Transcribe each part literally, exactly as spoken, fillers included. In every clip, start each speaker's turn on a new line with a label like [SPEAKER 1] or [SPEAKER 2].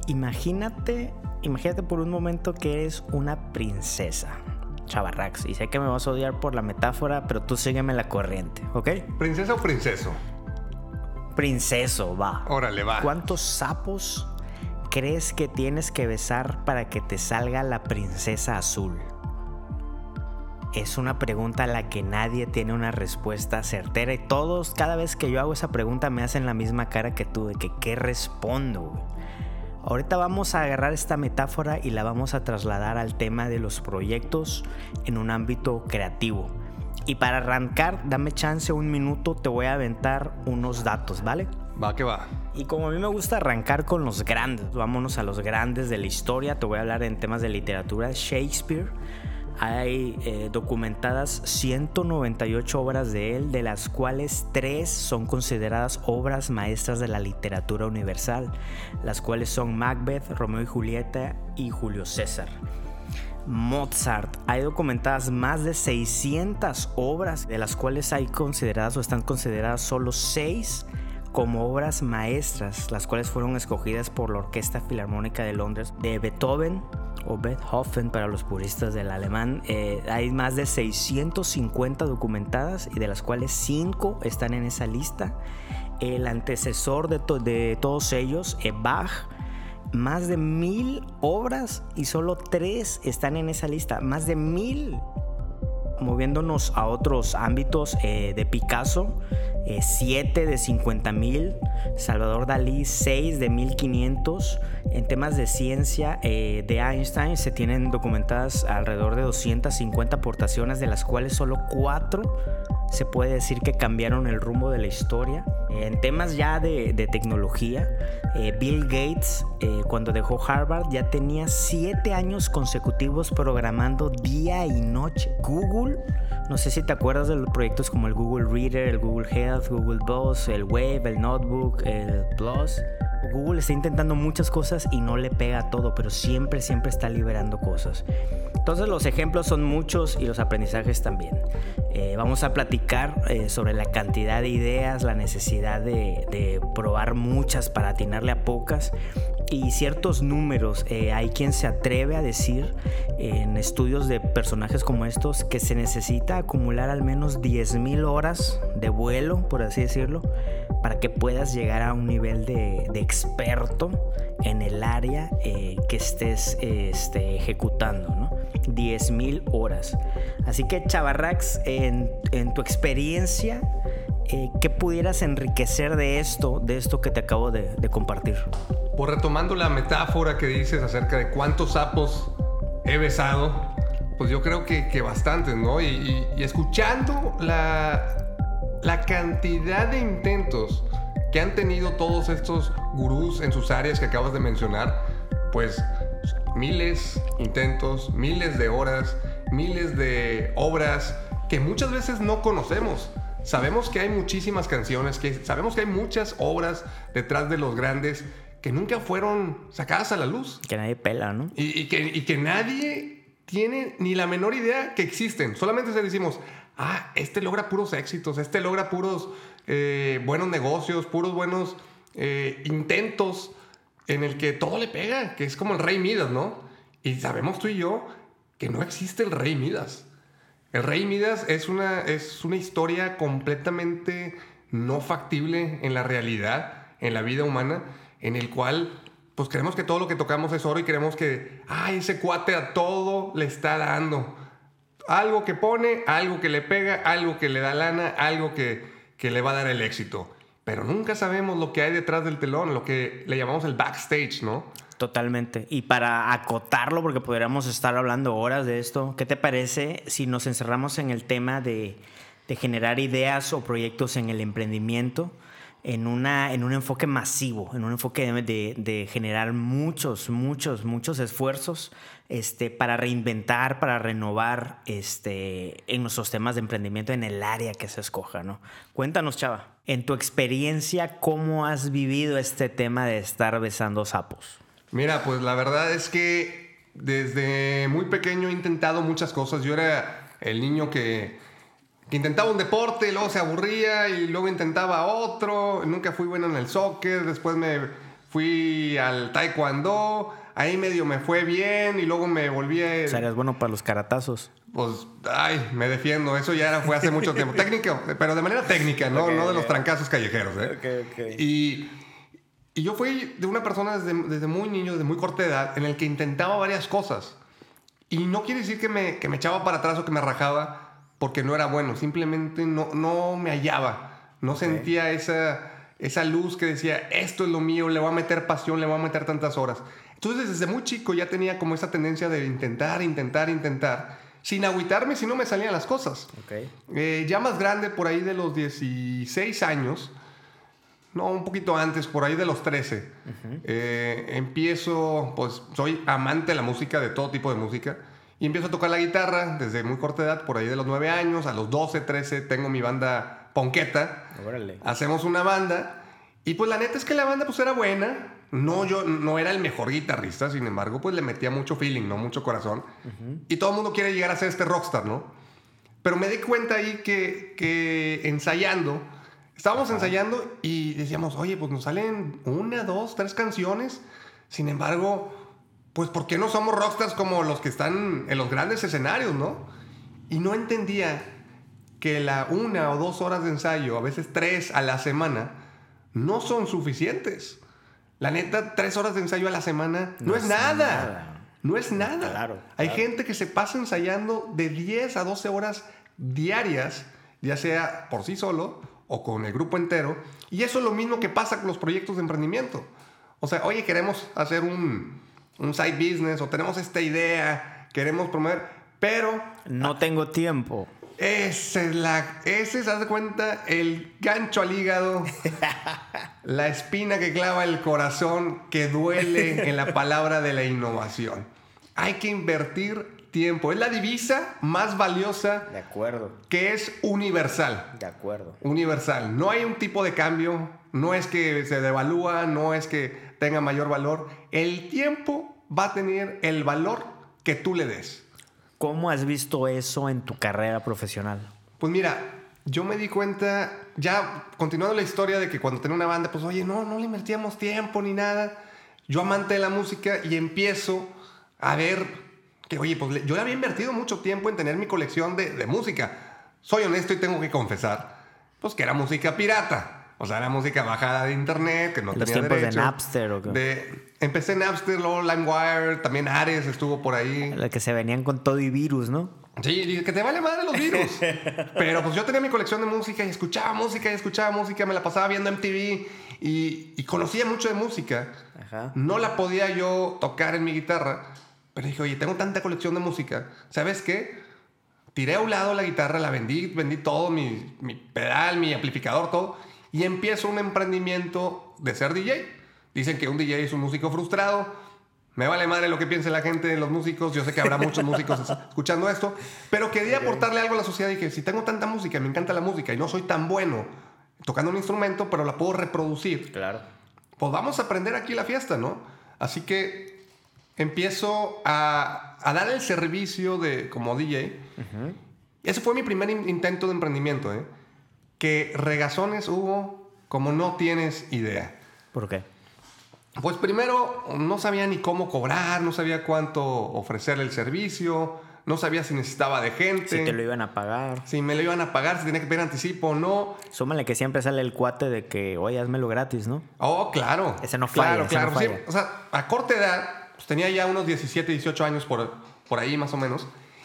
[SPEAKER 1] Imagínate, imagínate por un momento que eres una princesa, Chavarrax. Y sé que me vas a odiar por la metáfora, pero tú sígueme la corriente, ¿ok?
[SPEAKER 2] ¿Princesa o princeso?
[SPEAKER 1] Princeso, va.
[SPEAKER 2] Órale, va.
[SPEAKER 1] ¿Cuántos sapos crees que tienes que besar para que te salga la princesa azul? Es una pregunta a la que nadie tiene una respuesta certera. Y todos, cada vez que yo hago esa pregunta, me hacen la misma cara que tú, de que ¿qué respondo, güey? Ahorita vamos a agarrar esta metáfora y la vamos a trasladar al tema de los proyectos en un ámbito creativo. Y para arrancar, dame chance un minuto, te voy a aventar unos datos, ¿vale?
[SPEAKER 2] Va que va.
[SPEAKER 1] Y como a mí me gusta arrancar con los grandes, vámonos a los grandes de la historia. Te voy a hablar en temas de literatura. Shakespeare. Hay eh, documentadas ciento noventa y ocho obras de él, de las cuales tres son consideradas obras maestras de la literatura universal, las cuales son Macbeth, Romeo y Julieta y Julio César. Mozart, hay documentadas más de seiscientas obras, de las cuales hay consideradas o están consideradas solo seis como obras maestras, las cuales fueron escogidas por la Orquesta Filarmónica de Londres. De Beethoven o Beethoven para los puristas del alemán, eh, hay más de seiscientas cincuenta documentadas y de las cuales cinco están en esa lista. El antecesor de, to- de todos ellos, eh, Bach, más de mil obras y solo tres están en esa lista. Más de mil. Moviéndonos a otros ámbitos, eh, de Picasso, eh, siete de cincuenta mil, Salvador Dalí, seis de mil quinientos. En temas de ciencia, eh, de Einstein se tienen documentadas alrededor de doscientas cincuenta aportaciones, de las cuales solo cuatro se puede decir que cambiaron el rumbo de la historia. Eh, en temas ya de, de tecnología, eh, Bill Gates, eh, cuando dejó Harvard, ya tenía siete años consecutivos programando día y noche. Google, no sé si te acuerdas de los proyectos como el Google Reader, el Google Health, Google Buzz, el Wave, el Notebook, el Plus. Google está intentando muchas cosas y no le pega a todo, pero siempre, siempre está liberando cosas. Entonces los ejemplos son muchos y los aprendizajes también. Eh, vamos a platicar eh, sobre la cantidad de ideas, la necesidad de, de probar muchas para atinarle a pocas y ciertos números. Eh, hay quien se atreve a decir eh, en estudios de personajes como estos que se necesita acumular al menos diez mil horas de vuelo, por así decirlo, para que puedas llegar a un nivel de, de experto en el área eh, que estés eh, este, ejecutando, ¿no? diez mil horas. Así que, Chavarrax, en, en tu experiencia, eh, ¿qué pudieras enriquecer de esto, de esto que te acabo de, de compartir?
[SPEAKER 2] Pues retomando la metáfora que dices acerca de cuántos sapos he besado, pues yo creo que, que bastantes, ¿no? Y, y, y escuchando la, la cantidad de intentos que han tenido todos estos gurús en sus áreas que acabas de mencionar, pues miles de intentos, miles de horas, miles de obras que muchas veces no conocemos. Sabemos que hay muchísimas canciones, que sabemos que hay muchas obras detrás de los grandes que nunca fueron sacadas a la luz.
[SPEAKER 1] Que nadie pela, ¿no?
[SPEAKER 2] Y, y, que, y que nadie tiene ni la menor idea que existen. Solamente se decimos, ah, este logra puros éxitos, este logra puros eh, buenos negocios, puros buenos eh, intentos en el que todo le pega, que es como el Rey Midas, ¿no? Y sabemos tú y yo que no existe el Rey Midas. El Rey Midas es una, es una historia completamente no factible en la realidad, en la vida humana, en el cual pues creemos que todo lo que tocamos es oro y creemos que, ay, ese cuate a todo le está dando. Algo que pone, algo que le pega, algo que le da lana, algo que, que le va a dar el éxito. Pero nunca sabemos lo que hay detrás del telón, lo que le llamamos el backstage, ¿no?
[SPEAKER 1] Totalmente. Y para acotarlo, porque podríamos estar hablando horas de esto, ¿qué te parece si nos encerramos en el tema de, de generar ideas o proyectos en el emprendimiento en, una, en un enfoque masivo, en un enfoque de, de, de generar muchos, muchos, muchos esfuerzos este, para reinventar, para renovar este, en nuestros temas de emprendimiento en el área que se escoja, ¿no? Cuéntanos, Chava, en tu experiencia, ¿cómo has vivido este tema de estar besando sapos?
[SPEAKER 2] Mira, pues la verdad es que desde muy pequeño he intentado muchas cosas. Yo era el niño que, que intentaba un deporte y luego se aburría y luego intentaba otro. Nunca fui bueno en el soccer. Después me fui al taekwondo, ahí medio me fue bien y luego me volví a...
[SPEAKER 1] O sea, eres bueno para los caratazos.
[SPEAKER 2] Pues, ay, me defiendo. Eso ya era, fue hace mucho tiempo. Técnica, pero de manera técnica, ¿no?
[SPEAKER 1] Okay,
[SPEAKER 2] no de
[SPEAKER 1] okay.
[SPEAKER 2] los trancazos callejeros, ¿eh?
[SPEAKER 1] Okay, okay.
[SPEAKER 2] Y, y yo fui de una persona desde, desde muy niño, desde muy corta edad, en el que intentaba varias cosas. Y no quiere decir que me, que me echaba para atrás o que me rajaba porque no era bueno. Simplemente no, no me hallaba. No okay. sentía esa, esa luz que decía, esto es lo mío, le voy a meter pasión, le voy a meter tantas horas. Entonces, desde muy chico ya tenía como esa tendencia de intentar, intentar, intentar, sin agüitarme si no me salían las cosas.
[SPEAKER 1] Okay.
[SPEAKER 2] Eh, ya más grande, por ahí de los dieciséis años, no, un poquito antes, por ahí de los trece, uh-huh. eh, empiezo, pues soy amante de la música, de todo tipo de música, y empiezo a tocar la guitarra desde muy corta edad, por ahí de los nueve años, a los doce, trece, tengo mi banda Ponqueta.
[SPEAKER 1] Órale.
[SPEAKER 2] Hacemos una banda, y pues la neta es que la banda pues era buena. No, yo no era el mejor guitarrista, sin embargo, pues le metía mucho feeling, ¿no? Mucho corazón. Uh-huh. Y todo el mundo quiere llegar a ser este rockstar, ¿no? Pero me di cuenta ahí que, que ensayando, estábamos uh-huh. ensayando y decíamos, oye, pues nos salen una, dos, tres canciones. Sin embargo, pues ¿por qué no somos rockstars como los que están en los grandes escenarios, ¿no? Y no entendía que la una o dos horas de ensayo, a veces tres a la semana, no son suficientes. La neta, tres horas de ensayo a la semana no, no es nada. nada. No es nada.
[SPEAKER 1] Claro,
[SPEAKER 2] Hay
[SPEAKER 1] claro.
[SPEAKER 2] gente que se pasa ensayando de diez a doce horas diarias, ya sea por sí solo o con el grupo entero. Y eso es lo mismo que pasa con los proyectos de emprendimiento. O sea, oye, queremos hacer un, un side business o tenemos esta idea, queremos promover, pero...
[SPEAKER 1] No tengo tiempo.
[SPEAKER 2] Esa es la... Ese, ¿se das cuenta? El gancho al hígado. La espina que clava el corazón, que duele en la palabra de la innovación. Hay que invertir tiempo. Es la divisa más valiosa.
[SPEAKER 1] De acuerdo.
[SPEAKER 2] Que es universal.
[SPEAKER 1] De acuerdo.
[SPEAKER 2] Universal. No hay un tipo de cambio. No es que se devalúa. No es que tenga mayor valor. El tiempo va a tener el valor que tú le des.
[SPEAKER 1] ¿Cómo has visto eso en tu carrera profesional?
[SPEAKER 2] Pues mira, yo me di cuenta, ya continuando la historia de que cuando tenía una banda, pues oye, no, no le invertíamos tiempo ni nada. Yo amante de la música y empiezo a ver que, oye, pues yo le había invertido mucho tiempo en tener mi colección de, de música. Soy honesto y tengo que confesar, pues que era música pirata. O sea, era música bajada de internet, que no tenía derecho. ¿Los tiempos
[SPEAKER 1] de Napster o qué?
[SPEAKER 2] De, empecé en Napster, luego LimeWire, también Ares estuvo por ahí.
[SPEAKER 1] La que se venían con todo y virus, ¿no?
[SPEAKER 2] Sí, dije que te vale madre los virus. Pero pues yo tenía mi colección de música y escuchaba música y escuchaba música, me la pasaba viendo M T V y, y conocía mucho de música.
[SPEAKER 1] Ajá.
[SPEAKER 2] No la podía yo tocar en mi guitarra, pero dije, oye, tengo tanta colección de música, ¿sabes qué? Tiré a un lado la guitarra, la vendí, vendí todo, mi, mi pedal, mi amplificador, todo. Y empiezo un emprendimiento de ser D J. Dicen que un D J es un músico frustrado. Me vale madre lo que piense la gente de los músicos. Yo sé que habrá muchos músicos escuchando esto. Pero quería okay. aportarle algo a la sociedad. Y dije, si tengo tanta música, me encanta la música y no soy tan bueno tocando un instrumento, pero la puedo reproducir.
[SPEAKER 1] Claro.
[SPEAKER 2] Pues vamos a aprender aquí la fiesta, ¿no? Así que empiezo a, a dar el servicio de, como D J. Uh-huh. Ese fue mi primer in- intento de emprendimiento, ¿eh? Que regazones hubo como no tienes idea.
[SPEAKER 1] ¿Por qué?
[SPEAKER 2] Pues primero, no sabía ni cómo cobrar, no sabía cuánto ofrecerle el servicio, no sabía si necesitaba de gente.
[SPEAKER 1] Si te lo iban a pagar.
[SPEAKER 2] Si me lo iban a pagar, si tenía que pedir anticipo o no.
[SPEAKER 1] Súmale que siempre sale el cuate de que, oye, házmelo gratis, ¿no?
[SPEAKER 2] Oh, claro.
[SPEAKER 1] Ese no falla,
[SPEAKER 2] Claro,
[SPEAKER 1] ese
[SPEAKER 2] claro.
[SPEAKER 1] no falla.
[SPEAKER 2] Sí, o sea, a corta edad, pues tenía ya unos diecisiete, dieciocho años por, por ahí más o menos,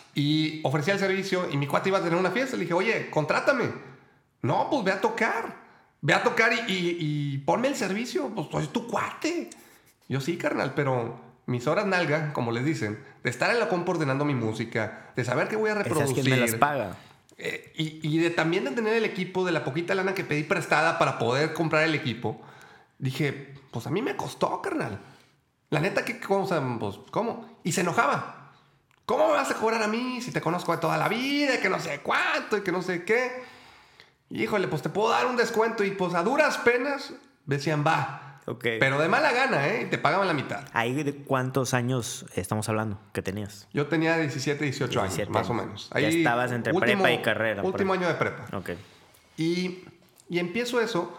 [SPEAKER 2] y ofrecía el servicio y mi cuate iba a tener una fiesta. Le dije, oye, contrátame. No, pues ve a tocar. Ve a tocar y, y, y ponme el servicio. Pues soy tu cuate. Yo sí, carnal, pero mis horas nalga, como les dicen, de estar en la compu ordenando mi música, de saber qué voy a reproducir.
[SPEAKER 1] Esa es quien me las paga.
[SPEAKER 2] Eh, y, y de también de tener el equipo, de la poquita lana que pedí prestada para poder comprar el equipo. Dije, pues a mí me costó, carnal. La neta, ¿qué cosa? Pues, ¿cómo? Y se enojaba. ¿Cómo me vas a cobrar a mí si te conozco de toda la vida? Y que no sé cuánto y que no sé qué. Híjole, pues te puedo dar un descuento. Y pues a duras penas decían, va.
[SPEAKER 1] Okay.
[SPEAKER 2] Pero de mala gana, ¿eh? Y te pagaban la mitad.
[SPEAKER 1] ¿Ahí de cuántos años estamos hablando que tenías?
[SPEAKER 2] Yo tenía diecisiete, dieciocho
[SPEAKER 1] diecisiete
[SPEAKER 2] años, más o menos.
[SPEAKER 1] Ya
[SPEAKER 2] Ahí,
[SPEAKER 1] estabas entre
[SPEAKER 2] último,
[SPEAKER 1] prepa y carrera.
[SPEAKER 2] Último año de prepa.
[SPEAKER 1] Ok.
[SPEAKER 2] Y, y empiezo eso.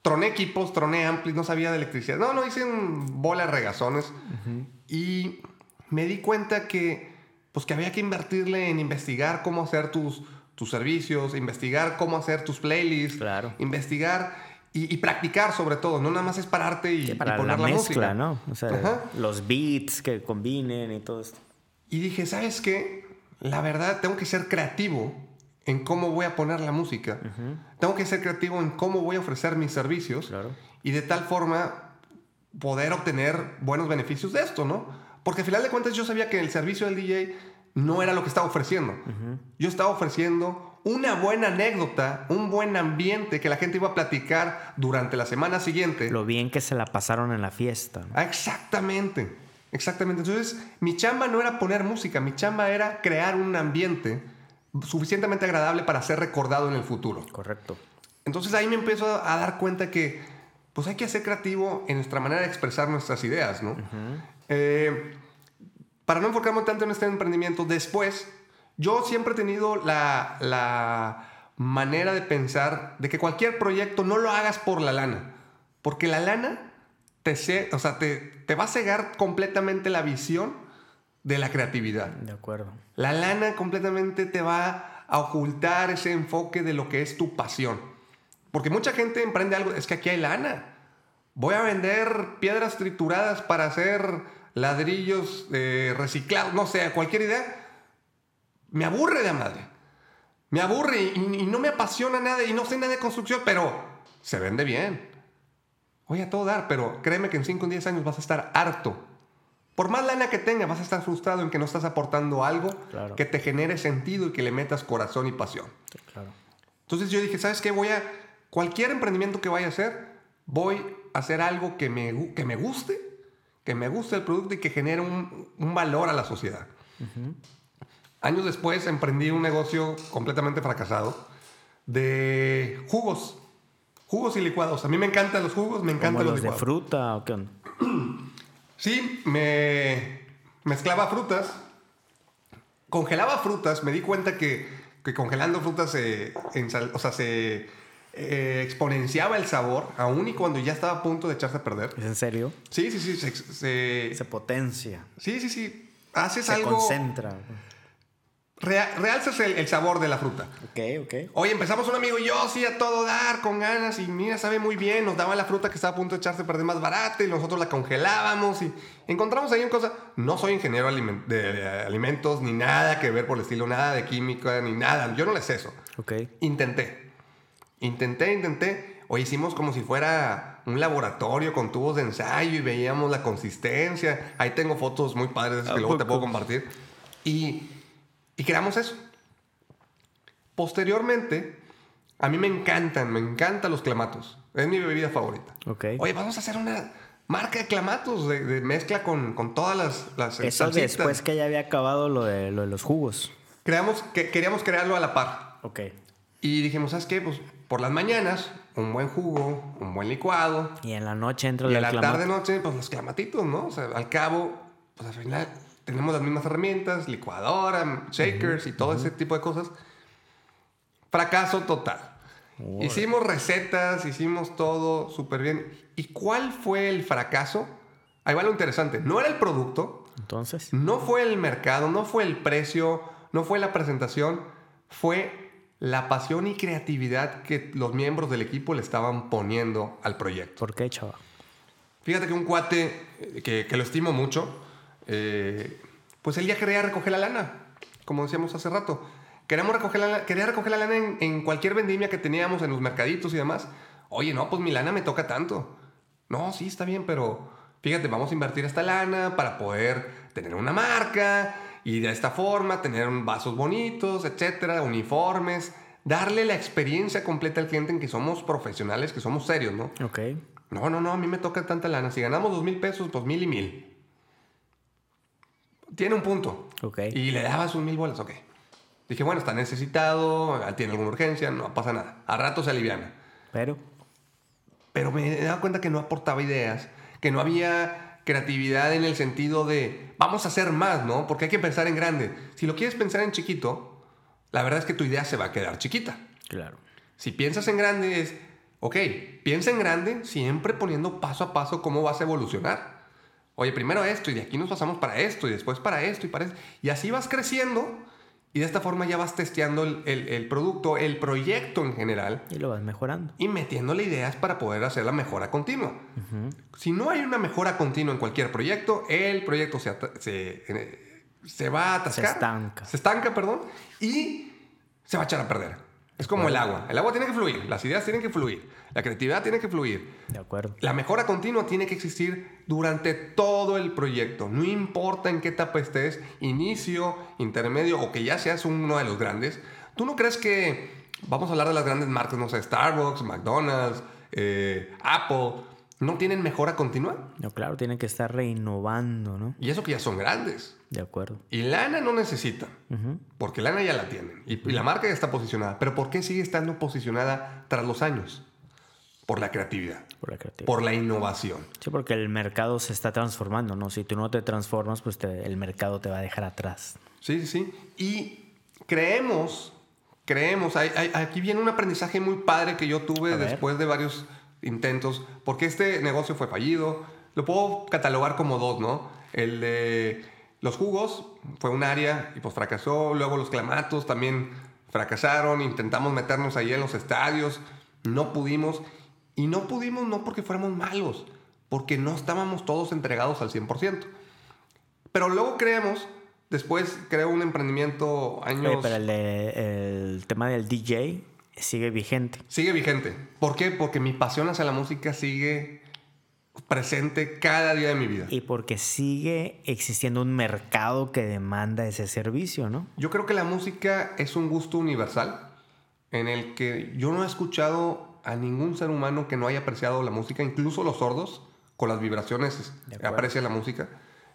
[SPEAKER 2] troné equipos, troné amplis, no sabía de electricidad. No, no, hice un bola de regazones. Uh-huh. Y me di cuenta que, pues, que había que invertirle en investigar cómo hacer tus, tus servicios, investigar cómo hacer tus playlists,
[SPEAKER 1] claro.
[SPEAKER 2] investigar y, y practicar sobre todo. No nada más es pararte y,
[SPEAKER 1] sí, para
[SPEAKER 2] y poner
[SPEAKER 1] la,
[SPEAKER 2] la
[SPEAKER 1] mezcla,
[SPEAKER 2] música.
[SPEAKER 1] ¿no? O sea, uh-huh. los beats que combinen y todo esto.
[SPEAKER 2] Y dije, ¿sabes qué? La verdad, tengo que ser creativo en cómo voy a poner la música. Uh-huh. Tengo que ser creativo en cómo voy a ofrecer mis servicios.
[SPEAKER 1] Claro.
[SPEAKER 2] Y de tal forma poder obtener buenos beneficios de esto, ¿no? Porque al final de cuentas yo sabía que el servicio del D J no era lo que estaba ofreciendo. Uh-huh. Yo estaba ofreciendo una buena anécdota, un buen ambiente que la gente iba a platicar durante la semana siguiente.
[SPEAKER 1] Lo bien que se la pasaron en la fiesta, ¿no?
[SPEAKER 2] Ah, exactamente, exactamente. Entonces, mi chamba no era poner música, mi chamba era crear un ambiente suficientemente agradable para ser recordado en el futuro.
[SPEAKER 1] Correcto.
[SPEAKER 2] Entonces ahí me empiezo a dar cuenta que pues hay que ser creativo en nuestra manera de expresar nuestras ideas, ¿no? Uh-huh. Eh, para no enfocarme tanto en este emprendimiento, después, yo siempre he tenido la, la manera de pensar de que cualquier proyecto no lo hagas por la lana. Porque la lana te, ce- o sea, te, te va a cegar completamente la visión de la creatividad.
[SPEAKER 1] De acuerdo.
[SPEAKER 2] La lana completamente te va a ocultar ese enfoque de lo que es tu pasión. Porque mucha gente emprende algo, es que aquí hay lana. Voy a vender piedras trituradas para hacer ladrillos eh, reciclados, no sé, cualquier idea. Me aburre de madre. Me aburre y, y no me apasiona nada y no sé nada de construcción, pero se vende bien. Voy a todo dar, pero créeme que en cinco o diez años vas a estar harto. Por más lana que tengas, vas a estar frustrado en que no estás aportando algo claro. que te genere sentido y que le metas corazón y pasión.
[SPEAKER 1] Sí, claro.
[SPEAKER 2] Entonces yo dije, ¿sabes qué? Voy a... Cualquier emprendimiento que vaya a hacer, voy a hacer algo que me, que me guste, que me guste el producto y que genere un, un valor a la sociedad. Uh-huh. Años después emprendí un negocio completamente fracasado de jugos. Jugos y licuados. A mí me encantan los jugos, me encantan los,
[SPEAKER 1] los
[SPEAKER 2] licuados.
[SPEAKER 1] ¿De fruta o qué onda?
[SPEAKER 2] Sí, me mezclaba frutas, congelaba frutas, me di cuenta que, que congelando frutas se, ensal, o sea, se eh, exponenciaba el sabor, aún y cuando ya estaba a punto de echarse a perder.
[SPEAKER 1] ¿Es en serio?
[SPEAKER 2] Sí, sí, sí. Se, se,
[SPEAKER 1] se potencia.
[SPEAKER 2] Sí, sí, sí. Haces
[SPEAKER 1] se
[SPEAKER 2] algo...
[SPEAKER 1] Se concentra.
[SPEAKER 2] Real, realzas el, el sabor de la fruta.
[SPEAKER 1] Ok, ok.
[SPEAKER 2] Oye, empezamos un amigo y yo, sí, a todo dar, con ganas. Y mira, sabe muy bien. Nos daban la fruta que estaba a punto de echarse a perder más barata. Y nosotros la congelábamos. Y encontramos ahí una cosa. No soy ingeniero de alimentos, ni nada que ver por el estilo. Nada de química, ni nada. Yo no le sé eso.
[SPEAKER 1] Ok.
[SPEAKER 2] Intenté. Intenté, intenté. Oye, hicimos como si fuera un laboratorio con tubos de ensayo. Y veíamos la consistencia. Ahí tengo fotos muy padres que luego te puedo compartir. Y... Y creamos eso. Posteriormente, a mí me encantan, me encantan los clamatos. Es mi bebida favorita.
[SPEAKER 1] Okay.
[SPEAKER 2] Oye, vamos a hacer una marca de clamatos, de, de mezcla con, con todas las, las
[SPEAKER 1] Eso
[SPEAKER 2] salsitas.
[SPEAKER 1] Después que ya había acabado lo de, lo de los jugos.
[SPEAKER 2] Creamos, que, queríamos crearlo a la par.
[SPEAKER 1] Ok.
[SPEAKER 2] Y dijimos, ¿sabes qué? Pues por las mañanas, un buen jugo, un buen licuado.
[SPEAKER 1] Y en la noche entra
[SPEAKER 2] el
[SPEAKER 1] el
[SPEAKER 2] Y en la
[SPEAKER 1] clamato.
[SPEAKER 2] tarde-noche, pues los clamatitos, ¿no? O sea, al cabo, pues al final... Tenemos las mismas herramientas, licuadora, shakers uh-huh, y todo uh-huh. ese tipo de cosas. Fracaso total. Oh. Hicimos recetas, hicimos todo súper bien. ¿Y cuál fue el fracaso? Ahí va lo interesante. No era el producto.
[SPEAKER 1] Entonces.
[SPEAKER 2] No fue el mercado, no fue el precio, no fue la presentación. Fue la pasión y creatividad que los miembros del equipo le estaban poniendo al proyecto.
[SPEAKER 1] ¿Por qué, chaval?
[SPEAKER 2] Fíjate que un cuate que, que lo estimo mucho... Eh, pues él ya quería recoger la lana, como decíamos hace rato. Queríamos recoger la, quería recoger la lana en, en cualquier vendimia que teníamos en los mercaditos y demás. Oye, no, pues mi lana me toca tanto. No, sí, está bien, pero fíjate, vamos a invertir esta lana para poder tener una marca y de esta forma tener vasos bonitos, etcétera, uniformes, darle la experiencia completa al cliente en que somos profesionales, que somos serios, ¿no?
[SPEAKER 1] Ok.
[SPEAKER 2] No, no, no, a mí me toca tanta lana. Si ganamos dos mil pesos, pues mil y mil. Tiene un punto. Ok. Y le dabas un mil bolas, ok. Dije, bueno, está necesitado, tiene alguna urgencia, no pasa nada. A rato se aliviana.
[SPEAKER 1] Pero...
[SPEAKER 2] Pero me he dado cuenta que no aportaba ideas, que no había creatividad en el sentido de vamos a hacer más, ¿no? Porque hay que pensar en grande. Si lo quieres pensar en chiquito, la verdad es que tu idea se va a quedar chiquita.
[SPEAKER 1] Claro.
[SPEAKER 2] Si piensas en grande es, Ok, piensa en grande, siempre poniendo paso a paso cómo vas a evolucionar. Oye, primero esto y de aquí nos pasamos para esto y después para esto y para esto. Y así vas creciendo y de esta forma ya vas testeando el, el, el producto, el proyecto en general.
[SPEAKER 1] Y lo vas mejorando.
[SPEAKER 2] Y metiéndole ideas para poder hacer la mejora continua.
[SPEAKER 1] Uh-huh.
[SPEAKER 2] Si no hay una mejora continua en cualquier proyecto, el proyecto se, se, se va a atascar.
[SPEAKER 1] Se estanca.
[SPEAKER 2] Se estanca, perdón. Y se va a echar a perder. Es como el agua. El agua tiene que fluir. Las ideas tienen que fluir. La creatividad tiene que fluir.
[SPEAKER 1] De acuerdo.
[SPEAKER 2] La mejora continua tiene que existir durante todo el proyecto. No importa en qué etapa estés, inicio, intermedio o que ya seas uno de los grandes. ¿Tú no crees que, vamos a hablar de las grandes marcas, no sé, Starbucks, McDonald's, eh, Apple, no tienen mejora continua?
[SPEAKER 1] No, claro, tienen que estar reinnovando, ¿no?
[SPEAKER 2] Y eso que ya son grandes.
[SPEAKER 1] De acuerdo.
[SPEAKER 2] Y lana no necesitan, uh-huh. porque lana ya la tienen. Y, y la marca ya está posicionada. Pero ¿por qué sigue estando posicionada tras los años? Por la creatividad.
[SPEAKER 1] Por la creatividad.
[SPEAKER 2] Por la innovación.
[SPEAKER 1] Sí, porque el mercado se está transformando, ¿no? Si tú no te transformas, pues te, el mercado te va a dejar atrás.
[SPEAKER 2] Sí, sí, sí. Y creemos, creemos, hay, hay, aquí viene un aprendizaje muy padre que yo tuve después de varios intentos, porque este negocio fue fallido. Lo puedo catalogar como dos, ¿no? El de los jugos fue un área y pues fracasó. Luego los clamatos también fracasaron. Intentamos meternos ahí en los estadios. No pudimos. Y no pudimos no porque fuéramos malos, porque no estábamos todos entregados al cien por ciento. Pero luego creemos, después creo un emprendimiento años...
[SPEAKER 1] Oye, pero el, de, el tema del D J sigue vigente.
[SPEAKER 2] Sigue vigente. ¿Por qué? Porque mi pasión hacia la música sigue presente cada día de mi vida.
[SPEAKER 1] Y porque sigue existiendo un mercado que demanda ese servicio, ¿no?
[SPEAKER 2] Yo creo que la música es un gusto universal en el que yo no he escuchado a ningún ser humano que no haya apreciado la música, incluso los sordos, con las vibraciones aprecian la música.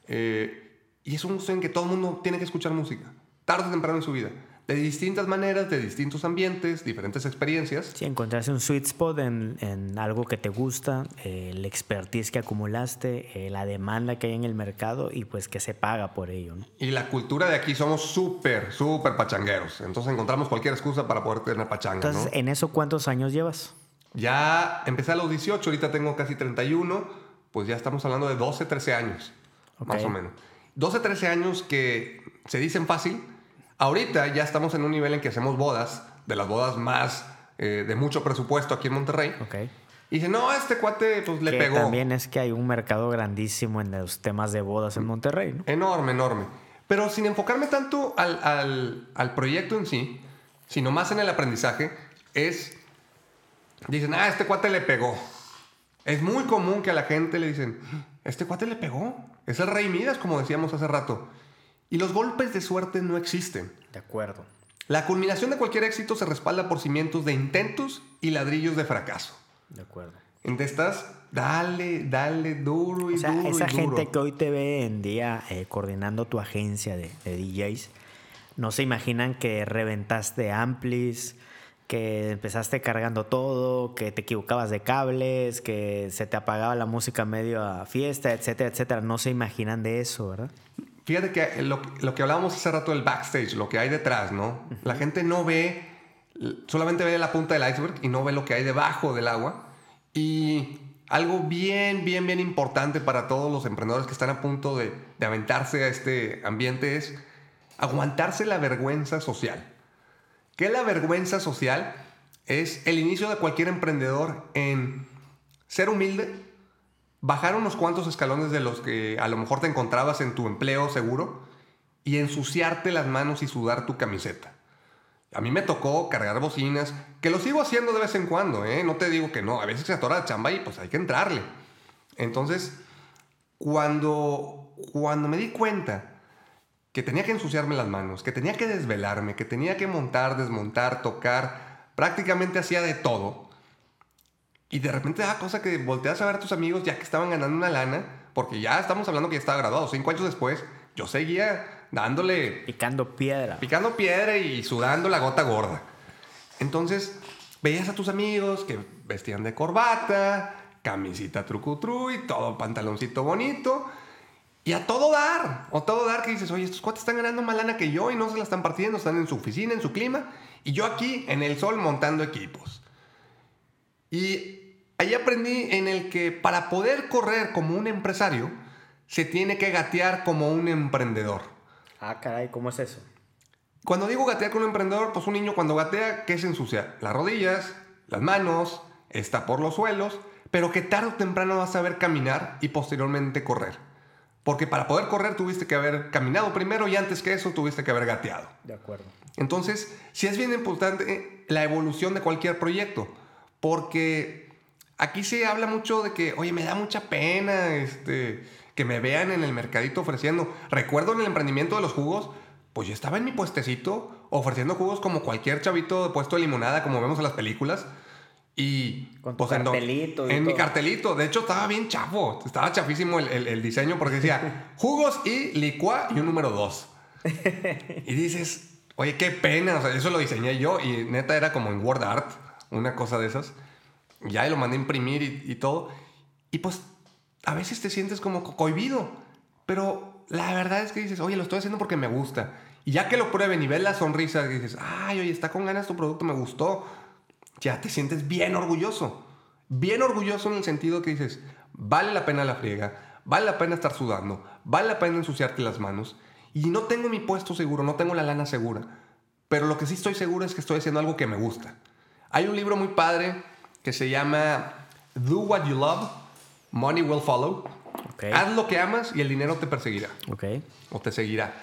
[SPEAKER 2] Eh, y es un gusto en que todo el mundo tiene que escuchar música, tarde o temprano en su vida. De distintas maneras, de distintos ambientes, diferentes experiencias.
[SPEAKER 1] Sí, encontrarse un sweet spot en, en algo que te gusta, eh, el expertise que acumulaste, eh, la demanda que hay en el mercado y pues que se paga por ello, ¿no?
[SPEAKER 2] Y la cultura de aquí somos súper, súper pachangueros. Entonces encontramos cualquier excusa para poder tener pachanga,
[SPEAKER 1] Entonces,
[SPEAKER 2] ¿no?
[SPEAKER 1] ¿en eso cuántos años llevas?
[SPEAKER 2] Ya empecé a los dieciocho, ahorita tengo casi treinta y uno, pues ya estamos hablando de doce, trece años, okay. Más o menos. doce, trece años que se dicen fácil. Ahorita ya estamos en un nivel en que hacemos bodas, de las bodas más eh, de mucho presupuesto aquí en Monterrey.
[SPEAKER 1] Okay.
[SPEAKER 2] Y dice, no, este cuate pues le
[SPEAKER 1] que
[SPEAKER 2] pegó.
[SPEAKER 1] También es que hay un mercado grandísimo en los temas de bodas en Monterrey, ¿no?
[SPEAKER 2] Enorme, enorme. Pero sin enfocarme tanto al, al, al proyecto en sí, sino más en el aprendizaje, es... Dicen, ah, este cuate le pegó. Es muy común que a la gente le dicen, este cuate le pegó. Es el Rey Midas, como decíamos hace rato. Y los golpes de suerte no existen.
[SPEAKER 1] De acuerdo.
[SPEAKER 2] La culminación de cualquier éxito se respalda por cimientos de intentos y ladrillos de fracaso.
[SPEAKER 1] De acuerdo.
[SPEAKER 2] Entonces estás, dale, dale, duro y
[SPEAKER 1] o sea,
[SPEAKER 2] duro
[SPEAKER 1] esa
[SPEAKER 2] y
[SPEAKER 1] gente
[SPEAKER 2] duro.
[SPEAKER 1] que hoy te ve en día eh, coordinando tu agencia de, de D Js, no se imaginan que reventaste amplis, que empezaste cargando todo, que te equivocabas de cables, que se te apagaba la música medio a fiesta, etcétera, etcétera. No se imaginan de eso, ¿verdad?
[SPEAKER 2] Fíjate que lo, lo que hablábamos hace rato del backstage, lo que hay detrás, ¿no? Uh-huh. La gente no ve, solamente ve la punta del iceberg y no ve lo que hay debajo del agua. Y algo bien, bien, bien importante para todos los emprendedores que están a punto de, de aventarse a este ambiente es aguantarse la vergüenza social. ¿Qué es la vergüenza social? Es el inicio de cualquier emprendedor en ser humilde, bajar unos cuantos escalones de los que a lo mejor te encontrabas en tu empleo seguro y ensuciarte las manos y sudar tu camiseta. A mí me tocó cargar bocinas, que lo sigo haciendo de vez en cuando, ¿eh? No te digo que no, a veces se atora la chamba y pues hay que entrarle. Entonces, cuando, cuando me di cuenta que tenía que ensuciarme las manos, que tenía que desvelarme, que tenía que montar, desmontar, tocar, prácticamente hacía de todo. Y de repente da cosa que volteas a ver a tus amigos ya que estaban ganando una lana, porque ya estamos hablando que ya estaba graduado. Cinco años después, yo seguía dándole...
[SPEAKER 1] Picando piedra.
[SPEAKER 2] Picando piedra y sudando la gota gorda. Entonces, veías a tus amigos que vestían de corbata, camisita trucutru y todo pantaloncito bonito... Y a todo dar, o todo dar que dices, oye, estos cuates están ganando más lana que yo y no se la están partiendo, están en su oficina, en su clima, y yo aquí en el sol montando equipos. Y ahí aprendí en el que para poder correr como un empresario, se tiene que gatear como un emprendedor.
[SPEAKER 1] Ah, caray, ¿cómo es eso?
[SPEAKER 2] Cuando digo gatear como un emprendedor, pues un niño cuando gatea, ¿qué se ensucia? Las rodillas, las manos, está por los suelos, pero que tarde o temprano vas a saber caminar y posteriormente correr. Porque para poder correr tuviste que haber caminado primero y antes que eso tuviste que haber gateado.
[SPEAKER 1] De acuerdo.
[SPEAKER 2] Entonces, sí es bien importante la evolución de cualquier proyecto, porque aquí se habla mucho de que, oye, me da mucha pena este, que me vean en el mercadito ofreciendo. Recuerdo en el emprendimiento de los jugos, pues yo estaba en mi puestecito ofreciendo jugos como cualquier chavito de puesto de limonada, como vemos en las películas. Y
[SPEAKER 1] con tu
[SPEAKER 2] pues,
[SPEAKER 1] cartelito.
[SPEAKER 2] En, en mi cartelito. De hecho, estaba bien chafo. Estaba chafísimo el, el, el diseño porque decía jugos y licuá y un número dos. Y dices, oye, qué pena. O sea, eso lo diseñé yo y neta era como en Word Art, una cosa de esas. Ya lo mandé a imprimir y, y todo. Y pues a veces te sientes como cohibido. Pero la verdad es que dices, oye, lo estoy haciendo porque me gusta. Y ya que lo prueben y ves la sonrisa, dices, ay, oye, está con ganas tu producto, me gustó. Ya te sientes bien orgulloso. Bien orgulloso en el sentido que dices, vale la pena la friega, vale la pena estar sudando, vale la pena ensuciarte las manos. Y no tengo mi puesto seguro, no tengo la lana segura. Pero lo que sí estoy seguro es que estoy haciendo algo que me gusta. Hay un libro muy padre que se llama Do What You Love, Money Will Follow. Okay. Haz lo que amas y el dinero te perseguirá.
[SPEAKER 1] Okay.
[SPEAKER 2] O te seguirá.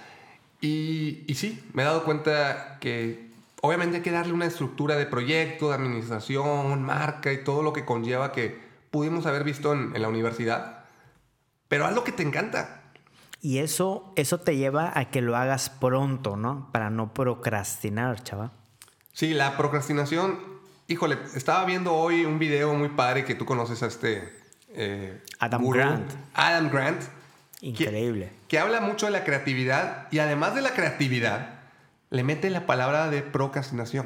[SPEAKER 2] Y, y sí, me he dado cuenta que obviamente hay que darle una estructura de proyecto, de administración, marca y todo lo que conlleva que pudimos haber visto en, en la universidad. Pero haz lo que te encanta.
[SPEAKER 1] Y eso, eso te lleva a que lo hagas pronto, ¿no? Para no procrastinar, chava.
[SPEAKER 2] Sí, la procrastinación... Híjole, estaba viendo hoy un video muy padre que tú conoces a este... Eh,
[SPEAKER 1] Adam
[SPEAKER 2] gurú,
[SPEAKER 1] Grant.
[SPEAKER 2] Adam Grant.
[SPEAKER 1] Increíble.
[SPEAKER 2] Que, que habla mucho de la creatividad y además de la creatividad... le mete la palabra de procrastinación.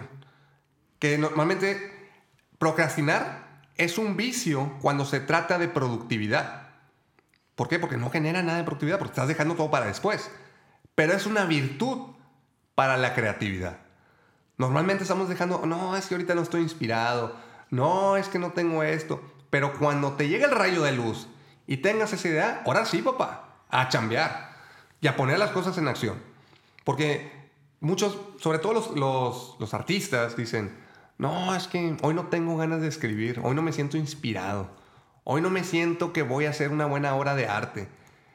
[SPEAKER 2] Que normalmente procrastinar es un vicio cuando se trata de productividad. ¿Por qué? Porque no genera nada de productividad, porque estás dejando todo para después. Pero es una virtud para la creatividad. Normalmente estamos dejando, no, es que ahorita no estoy inspirado, no, es que no tengo esto. Pero cuando te llega el rayo de luz y tengas esa idea, ahora sí, papá, a chambear y a poner las cosas en acción. Porque muchos, sobre todo los, los, los artistas, dicen, no, es que hoy no tengo ganas de escribir, hoy no me siento inspirado, hoy no me siento que voy a hacer una buena obra de arte.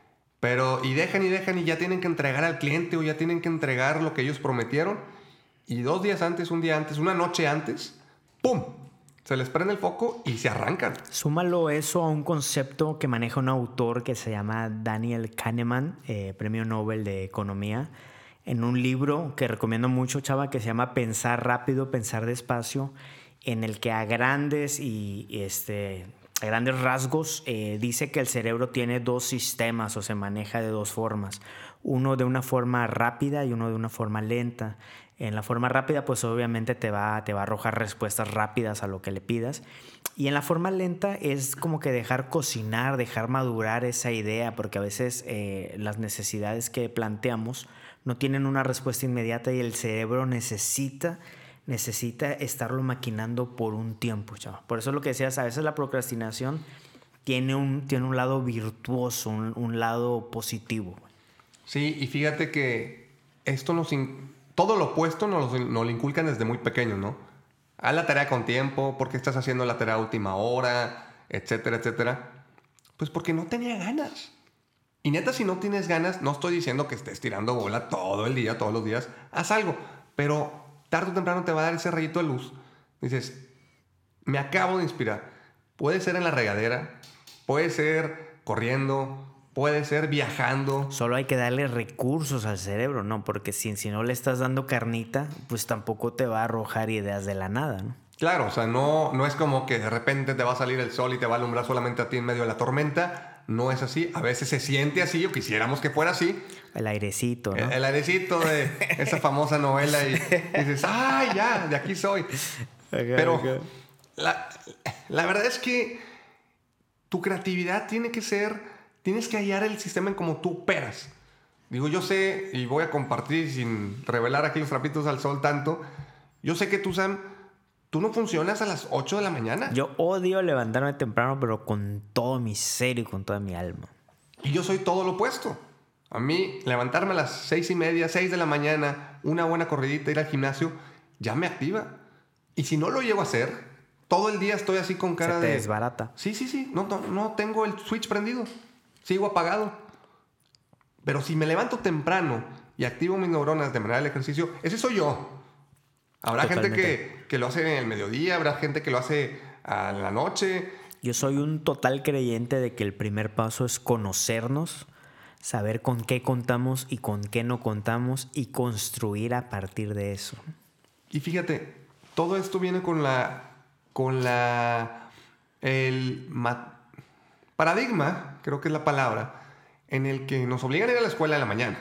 [SPEAKER 2] Pero, y dejan y dejan y ya tienen que entregar al cliente o ya tienen que entregar lo que ellos prometieron. Y dos días antes, un día antes, una noche antes, ¡pum!, se les prende el foco y se arrancan.
[SPEAKER 1] Súmalo eso a un concepto que maneja un autor que se llama Daniel Kahneman, eh, premio Nobel de Economía, en un libro que recomiendo mucho, chava, que se llama Pensar rápido, pensar despacio, en el que a grandes y, y este, a grandes rasgos eh, dice que el cerebro tiene dos sistemas o se maneja de dos formas. Uno de una forma rápida y uno de una forma lenta. En la forma rápida, pues obviamente te va, te va a arrojar respuestas rápidas a lo que le pidas. Y en la forma lenta es como que dejar cocinar, dejar madurar esa idea, porque a veces eh, las necesidades que planteamos no tienen una respuesta inmediata y el cerebro necesita, necesita estarlo maquinando por un tiempo, chaval. Por eso es lo que decías, a veces la procrastinación tiene un, tiene un lado virtuoso, un, un lado positivo.
[SPEAKER 2] Sí, y fíjate que esto nos... In- todo lo opuesto nos, nos lo inculcan desde muy pequeños, ¿no? Haz la tarea con tiempo, ¿por qué estás haciendo la tarea a última hora? Etcétera, etcétera. Pues porque no tenía ganas. Y neta, si no tienes ganas, no estoy diciendo que estés tirando bola todo el día, todos los días. Haz algo. Pero tarde o temprano te va a dar ese rayito de luz. Dices, me acabo de inspirar. Puede ser en la regadera, puede ser corriendo, puede ser viajando.
[SPEAKER 1] Solo hay que darle recursos al cerebro, ¿no? Porque si, si no le estás dando carnita, pues tampoco te va a arrojar ideas de la nada, ¿no?
[SPEAKER 2] Claro, o sea, no, no es como que de repente te va a salir el sol y te va a alumbrar solamente a ti en medio de la tormenta. No es así. A veces se siente así, o quisiéramos que fuera así.
[SPEAKER 1] El airecito, ¿no?
[SPEAKER 2] El, el airecito de esa famosa novela y, y dices, ¡ay, ya! De aquí soy. Okay, Pero okay. La, la verdad es que tu creatividad tiene que ser... Tienes que hallar el sistema en cómo tú operas. Digo, yo sé, y voy a compartir sin revelar aquí los trapitos al sol tanto, yo sé que tú, Sam, tú no funcionas a las ocho de la mañana.
[SPEAKER 1] Yo odio levantarme temprano, pero con todo mi ser y con toda mi alma.
[SPEAKER 2] Y yo soy todo lo opuesto. A mí, levantarme a las seis y media, seis de la mañana, una buena corridita, ir al gimnasio, ya me activa. Y si no lo llego a hacer, todo el día estoy así con cara
[SPEAKER 1] Se te
[SPEAKER 2] de...
[SPEAKER 1] desbarata.
[SPEAKER 2] Sí, sí, sí. No, no, no tengo el switch prendido. Sigo apagado. Pero si me levanto temprano y activo mis neuronas de manera del ejercicio, ese soy yo. Habrá
[SPEAKER 1] Totalmente.
[SPEAKER 2] gente que, que lo hace en el mediodía, habrá gente que lo hace a la noche.
[SPEAKER 1] Yo soy un total creyente de que el primer paso es conocernos, saber con qué contamos y con qué no contamos y construir a partir de eso.
[SPEAKER 2] Y fíjate, todo esto viene con la... con la... el ma- paradigma, creo que es la palabra, en el que nos obligan a ir a la escuela en la mañana.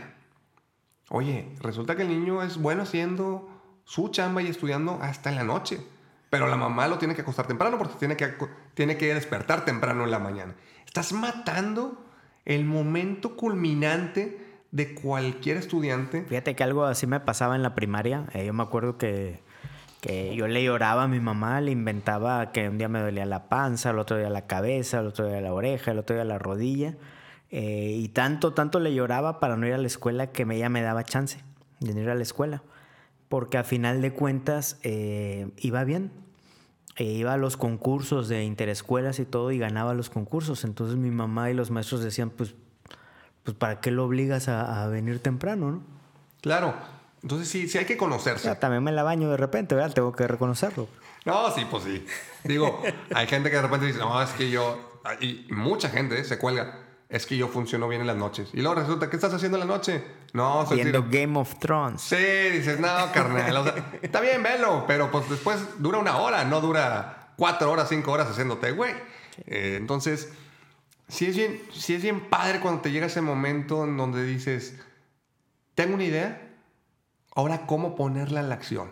[SPEAKER 2] Oye, resulta que el niño es bueno haciendo su chamba y estudiando hasta en la noche. Pero la mamá lo tiene que acostar temprano porque tiene que, tiene que despertar temprano en la mañana. Estás matando el momento culminante de cualquier estudiante.
[SPEAKER 1] Fíjate que algo así me pasaba en la primaria. Eh, yo me acuerdo que, que yo le lloraba a mi mamá, le inventaba que un día me dolía la panza, el otro día la cabeza, el otro día la oreja, el otro día la rodilla. Eh, y tanto, tanto le lloraba para no ir a la escuela que ella me daba chance de no ir a la escuela. Porque a final de cuentas eh, iba bien. Eh, iba a los concursos de interescuelas y todo y ganaba los concursos. Entonces mi mamá y los maestros decían, pues, pues ¿para qué lo obligas a, a venir temprano, no?
[SPEAKER 2] Claro. Entonces sí, sí hay que conocerse.
[SPEAKER 1] O sea, también me la baño de repente, ¿verdad? Tengo que reconocerlo.
[SPEAKER 2] No, sí, pues sí. Digo, hay gente que de repente dice, no, es que yo... Y mucha gente se cuelga. Es que yo funciono bien en las noches. Y luego resulta, ¿qué estás haciendo en la noche? No, estoy
[SPEAKER 1] Viendo
[SPEAKER 2] tiro.
[SPEAKER 1] Game of Thrones.
[SPEAKER 2] Sí, dices, no, carnal. O sea, está bien, velo, pero pues después dura una hora, no dura cuatro horas, cinco horas haciéndote, güey. Sí. Eh, entonces, sí es, bien, sí es bien padre cuando te llega ese momento en donde dices, tengo una idea, ahora cómo ponerla en la acción.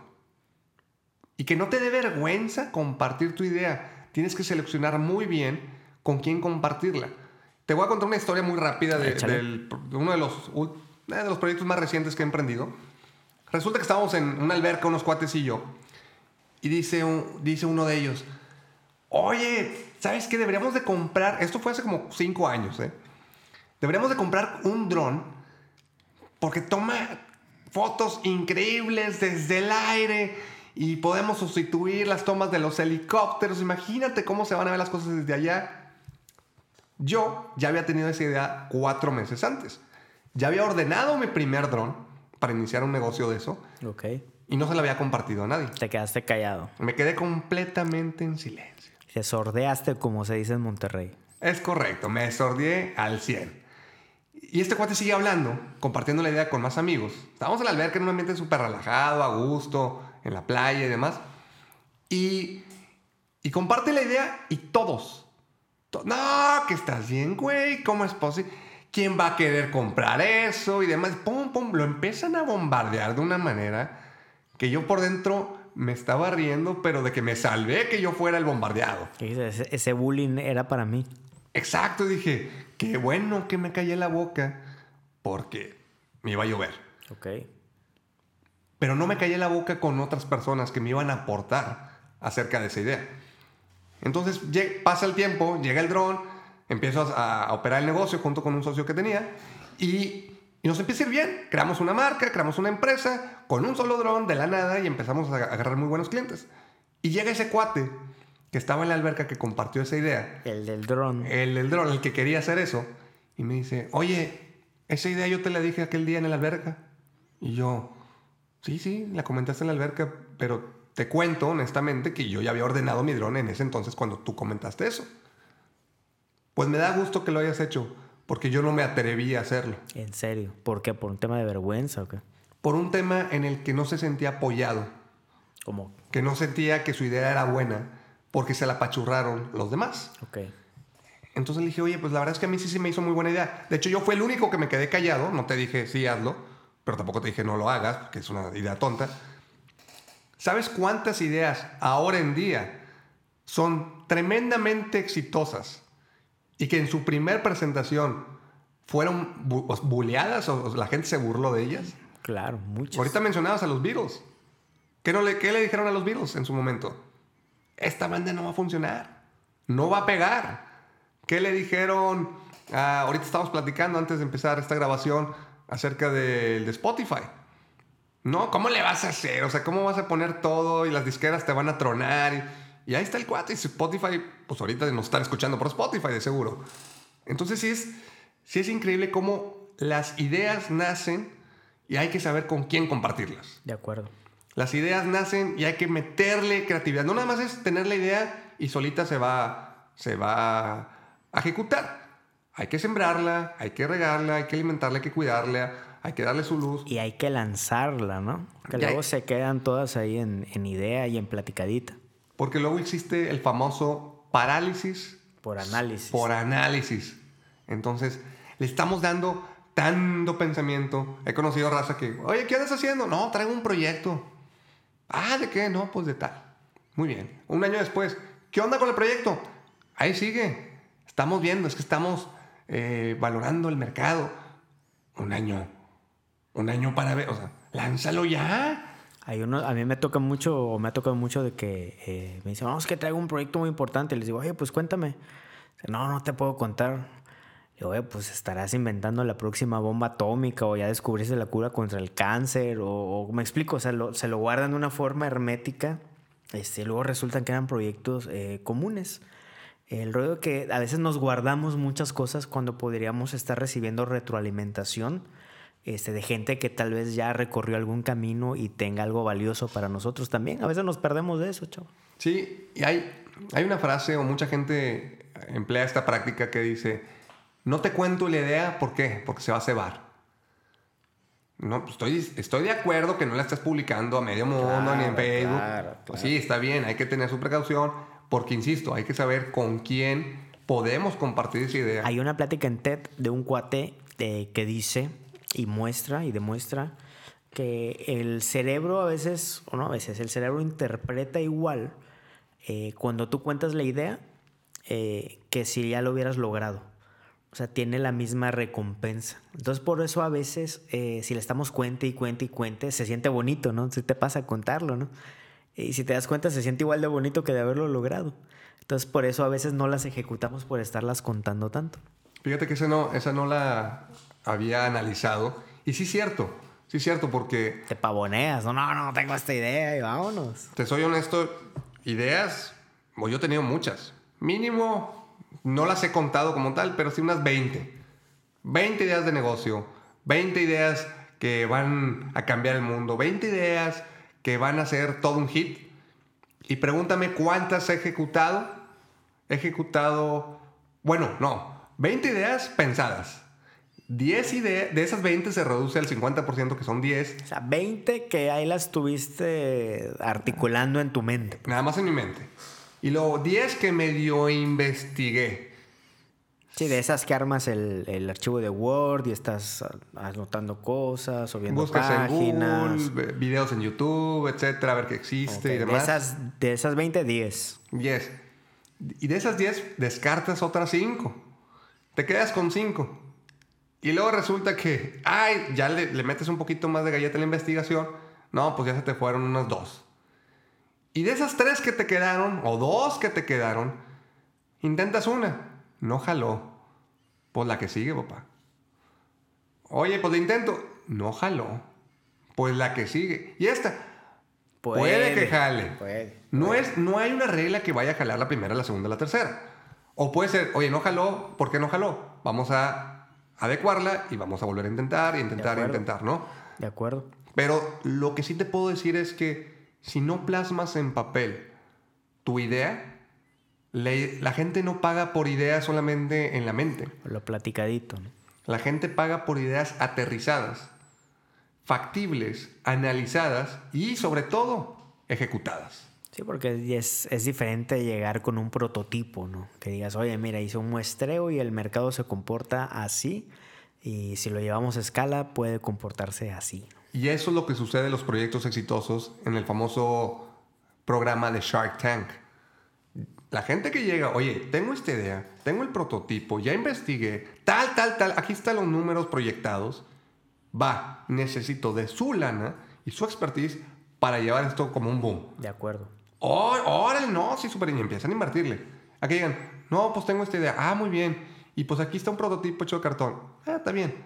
[SPEAKER 2] Y que no te dé vergüenza compartir tu idea. Tienes que seleccionar muy bien con quién compartirla. Te voy a contar una historia muy rápida de, del, de uno de los, de los proyectos más recientes que he emprendido. Resulta que estábamos en una alberca, unos cuates y yo, y dice, un, dice uno de ellos, oye, ¿sabes qué? Deberíamos de comprar, esto fue hace como cinco años, ¿eh? Deberíamos de comprar un dron porque toma fotos increíbles desde el aire y podemos sustituir las tomas de los helicópteros. Imagínate cómo se van a ver las cosas desde allá. Yo ya había tenido esa idea cuatro meses antes. Ya había ordenado mi primer dron para iniciar un negocio de eso.
[SPEAKER 1] Ok.
[SPEAKER 2] Y no se lo había compartido a nadie.
[SPEAKER 1] Te quedaste callado.
[SPEAKER 2] Me quedé completamente en silencio.
[SPEAKER 1] Te sordeaste, como se dice en Monterrey.
[SPEAKER 2] Es correcto, me sordeé al cien. Y este cuate sigue hablando, compartiendo la idea con más amigos. Estábamos en la alberca en un ambiente súper relajado, a gusto, en la playa y demás. Y, y comparte la idea y todos... No, que estás bien, güey. ¿Cómo es posible? ¿Quién va a querer comprar eso? Y demás. Pum, pum. Lo empiezan a bombardear de una manera que yo por dentro me estaba riendo, pero de que me salvé que yo fuera el bombardeado.
[SPEAKER 1] Ese, ese bullying era para mí.
[SPEAKER 2] Exacto. Dije, qué bueno que me callé la boca porque me iba a llover.
[SPEAKER 1] Ok.
[SPEAKER 2] Pero no me callé la boca con otras personas que me iban a aportar acerca de esa idea. Entonces pasa el tiempo, llega el dron, empiezo a, a operar el negocio junto con un socio que tenía y, y nos empieza a ir bien. Creamos una marca, creamos una empresa con un solo dron de la nada y empezamos a agarrar muy buenos clientes. Y llega ese cuate que estaba en la alberca que compartió esa idea.
[SPEAKER 1] El del dron.
[SPEAKER 2] El del dron, el que quería hacer eso. Y me dice, oye, esa idea yo te la dije aquel día en la alberca. Y yo, sí, sí, la comentaste en la alberca, pero... Te cuento honestamente que yo ya había ordenado mi dron en ese entonces cuando tú comentaste eso. Pues me da gusto que lo hayas hecho, porque yo no me atreví a hacerlo.
[SPEAKER 1] ¿En serio? ¿Por qué? ¿Por un tema de vergüenza o qué?
[SPEAKER 2] Por un tema en el que no se sentía apoyado.
[SPEAKER 1] ¿Cómo?
[SPEAKER 2] Que no sentía que su idea era buena porque se la apachurraron los demás.
[SPEAKER 1] Ok.
[SPEAKER 2] Entonces le dije, oye, pues la verdad es que a mí sí se me hizo muy buena idea. De hecho, yo fui el único que me quedé callado. No te dije, sí, hazlo. Pero tampoco te dije, no lo hagas, porque es una idea tonta. ¿Sabes cuántas ideas ahora en día son tremendamente exitosas y que en su primer presentación fueron bu- buleadas o la gente se burló de ellas?
[SPEAKER 1] Claro, muchas.
[SPEAKER 2] Ahorita mencionabas a los Beatles. ¿Qué, no le, ¿Qué le dijeron a los Beatles en su momento? esta banda no va a funcionar, no va a pegar. ¿Qué le dijeron? Ah, ahorita estamos platicando antes de empezar esta grabación acerca de, de Spotify. No, ¿cómo le vas a hacer? O sea, ¿cómo vas a poner todo y las disqueras te van a tronar? Y, y ahí está el cuate. Y Spotify, pues ahorita nos están escuchando por Spotify, de seguro. Entonces sí es, sí es increíble cómo las ideas nacen y hay que saber con quién compartirlas.
[SPEAKER 1] De acuerdo.
[SPEAKER 2] Las ideas nacen y hay que meterle creatividad. No nada más es tener la idea y solita se va, se va a ejecutar. Hay que sembrarla, hay que regarla, hay que alimentarla, hay que cuidarla, hay que darle su luz.
[SPEAKER 1] Y hay que lanzarla, ¿no? Que luego
[SPEAKER 2] hay...
[SPEAKER 1] se quedan todas ahí en, en idea y en platicadita.
[SPEAKER 2] Porque luego existe el famoso parálisis.
[SPEAKER 1] Por análisis.
[SPEAKER 2] Por análisis. Entonces, le estamos dando tanto pensamiento. He conocido raza que, oye, ¿qué andas haciendo? No, traigo un proyecto. Ah, ¿de qué? No, pues de tal. Muy bien. Un año después, ¿qué onda con el proyecto? Ahí sigue. Estamos viendo, es que estamos eh, valorando el mercado. Un año. Un año para ver. O sea, lánzalo ya.
[SPEAKER 1] Hay uno, a mí me toca mucho, o me ha tocado mucho de que eh, me dicen, no, es que traigo un proyecto muy importante. Y les digo, oye, pues cuéntame. Dice, no, no te puedo contar. Digo, oye, pues estarás inventando la próxima bomba atómica o ya descubriste la cura contra el cáncer. O, o me explico, o sea, lo, se lo guardan de una forma hermética. Este, luego resultan que eran proyectos eh, comunes. El rollo que a veces nos guardamos muchas cosas cuando podríamos estar recibiendo retroalimentación este, de gente que tal vez ya recorrió algún camino y tenga algo valioso para nosotros también. A veces nos perdemos de eso, chavo.
[SPEAKER 2] Sí, y hay, hay una frase o mucha gente emplea esta práctica que dice, no te cuento la idea, ¿por qué? Porque se va a cebar. No, pues estoy, estoy de acuerdo que no la estés publicando a medio mundo, claro, ni en Facebook. Claro, claro. Pues sí, está bien, hay que tener su precaución. Porque, insisto, hay que saber con quién podemos compartir esa idea.
[SPEAKER 1] Hay una plática en TED de un cuate eh, que dice y muestra y demuestra que el cerebro a veces, o no a veces, el cerebro interpreta igual eh, cuando tú cuentas la idea eh, que si ya lo hubieras logrado. O sea, tiene la misma recompensa. Entonces, por eso a veces, eh, si le estamos cuente y cuente y cuente, se siente bonito, ¿no? Si te pasa a contarlo, ¿no? Y si te das cuenta, se siente igual de bonito que de haberlo logrado. Entonces, por eso a veces no las ejecutamos por estarlas contando tanto.
[SPEAKER 2] Fíjate que esa no, esa no la había analizado. Y sí es cierto, sí es cierto, porque...
[SPEAKER 1] Te pavoneas, no, no, no tengo esta idea y vámonos.
[SPEAKER 2] Te soy honesto, ideas, o yo he tenido muchas. Mínimo, no las he contado como tal, pero sí unas veinte. veinte ideas de negocio, veinte ideas que van a cambiar el mundo, veinte ideas... que van a ser todo un hit. Y pregúntame cuántas he ejecutado. He ejecutado... Bueno, no. veinte ideas pensadas. diez ideas... De esas veinte se reduce al cincuenta por ciento, que son diez.
[SPEAKER 1] O sea, veinte que ahí las tuviste articulando en tu mente.
[SPEAKER 2] Nada más en mi mente. Y luego diez que medio investigué.
[SPEAKER 1] Sí, de esas que armas el, el archivo de Word y estás anotando cosas o viendo
[SPEAKER 2] Buscas
[SPEAKER 1] páginas.
[SPEAKER 2] En Google, videos en YouTube, etcétera, a ver qué existe okay. y demás.
[SPEAKER 1] De esas, de esas veinte, diez.
[SPEAKER 2] diez. Y de esas diez, descartas otras cinco. Te quedas con cinco. Y luego resulta que, ay, ya le, le metes un poquito más de galleta a la investigación. No, pues ya se te fueron unas dos. Y de esas tres que te quedaron, o dos que te quedaron, intentas una. No jaló. Pues la que sigue, papá. Oye, pues la intento. No jaló. Pues la que sigue. Y esta. Puede, puede que jale.
[SPEAKER 1] Puede,
[SPEAKER 2] no,
[SPEAKER 1] puede.
[SPEAKER 2] Es, no hay una regla que vaya a jalar la primera, la segunda, la tercera. O puede ser, oye, no jaló. ¿Por qué no jaló? Vamos a adecuarla y vamos a volver a intentar, y intentar, y intentar, ¿no?
[SPEAKER 1] De acuerdo.
[SPEAKER 2] Pero lo que sí te puedo decir es que si no plasmas en papel tu idea... La gente no paga por ideas solamente en la mente.
[SPEAKER 1] Lo platicadito, ¿no?
[SPEAKER 2] La gente paga por ideas aterrizadas, factibles, analizadas y, sobre todo, ejecutadas.
[SPEAKER 1] Sí, porque es, es diferente llegar con un prototipo, ¿no? Que digas, oye, mira, hice un muestreo y el mercado se comporta así y si lo llevamos a escala puede comportarse así.
[SPEAKER 2] Y eso es lo que sucede en los proyectos exitosos en el famoso programa de Shark Tank. La gente que llega, oye, tengo esta idea, tengo el prototipo, ya investigué, tal, tal, tal, aquí están los números proyectados. Va, necesito de su lana y su expertise para llevar esto como un boom.
[SPEAKER 1] De acuerdo.
[SPEAKER 2] Oh, órale, no, sí, súper. Y empiezan a invertirle. A que digan, no, pues tengo esta idea. Ah, muy bien. Y pues aquí está un prototipo hecho de cartón. Ah, está bien.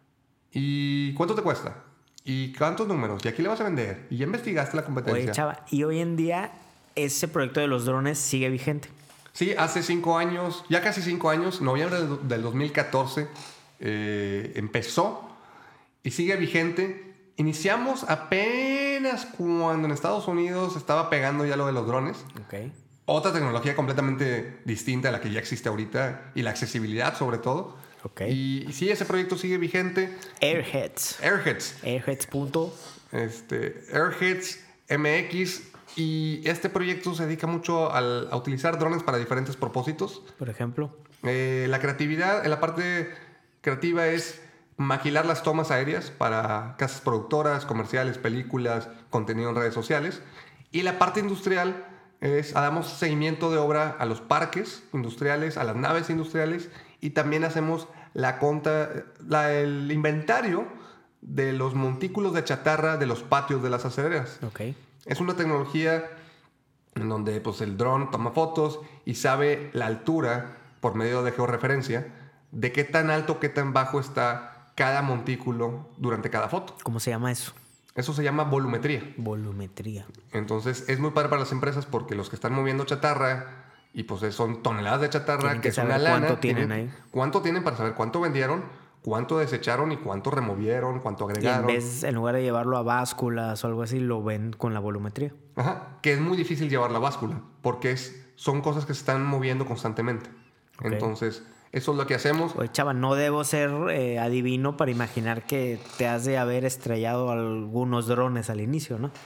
[SPEAKER 2] ¿Y cuánto te cuesta? ¿Y cuántos números? ¿Y aquí le vas a vender? ¿Y ya investigaste la competencia?
[SPEAKER 1] Oye, chava, y hoy en día ese proyecto de los drones sigue vigente.
[SPEAKER 2] Sí, hace cinco años, ya casi cinco años, noviembre del, del dos mil catorce, eh, empezó y sigue vigente. Iniciamos apenas cuando en Estados Unidos estaba pegando ya lo de los drones.
[SPEAKER 1] Ok.
[SPEAKER 2] Otra tecnología completamente distinta a la que ya existe ahorita y la accesibilidad sobre todo.
[SPEAKER 1] Ok.
[SPEAKER 2] Y, y sí, ese proyecto sigue vigente.
[SPEAKER 1] Airheads.
[SPEAKER 2] Airheads.
[SPEAKER 1] Airheads. Punto.
[SPEAKER 2] Este, Airheads M X. Y este proyecto se dedica mucho al, a utilizar drones para diferentes propósitos.
[SPEAKER 1] Por ejemplo.
[SPEAKER 2] Eh, la creatividad, en la parte creativa es maquilar las tomas aéreas para casas productoras, comerciales, películas, contenido en redes sociales. Y la parte industrial es, damos seguimiento de obra a los parques industriales, a las naves industriales y también hacemos la conta, la, el inventario de los montículos de chatarra de los patios de las aceleras.
[SPEAKER 1] Ok.
[SPEAKER 2] Es una tecnología en donde pues, el dron toma fotos y sabe la altura por medio de georreferencia de qué tan alto, qué tan bajo está cada montículo durante cada foto.
[SPEAKER 1] ¿Cómo se llama eso?
[SPEAKER 2] Eso se llama volumetría.
[SPEAKER 1] Volumetría.
[SPEAKER 2] Entonces es muy padre para las empresas porque los que están moviendo chatarra y pues son toneladas de chatarra,
[SPEAKER 1] Tienen
[SPEAKER 2] que
[SPEAKER 1] que
[SPEAKER 2] es una
[SPEAKER 1] saber
[SPEAKER 2] lana.
[SPEAKER 1] cuánto tienen ahí.
[SPEAKER 2] ¿Cuánto tienen para saber cuánto vendieron, cuánto desecharon y cuánto removieron, cuánto
[SPEAKER 1] Y en
[SPEAKER 2] agregaron?
[SPEAKER 1] vez, en lugar de llevarlo a básculas o algo así, lo ven con la volumetría.
[SPEAKER 2] Ajá, que es muy difícil llevar la báscula porque es, son cosas que se están moviendo constantemente.
[SPEAKER 1] Ok.
[SPEAKER 2] Entonces, eso es lo que hacemos.
[SPEAKER 1] Oye, chava, no debo ser eh, adivino para imaginar que te has de haber estrellado algunos drones al inicio, ¿no?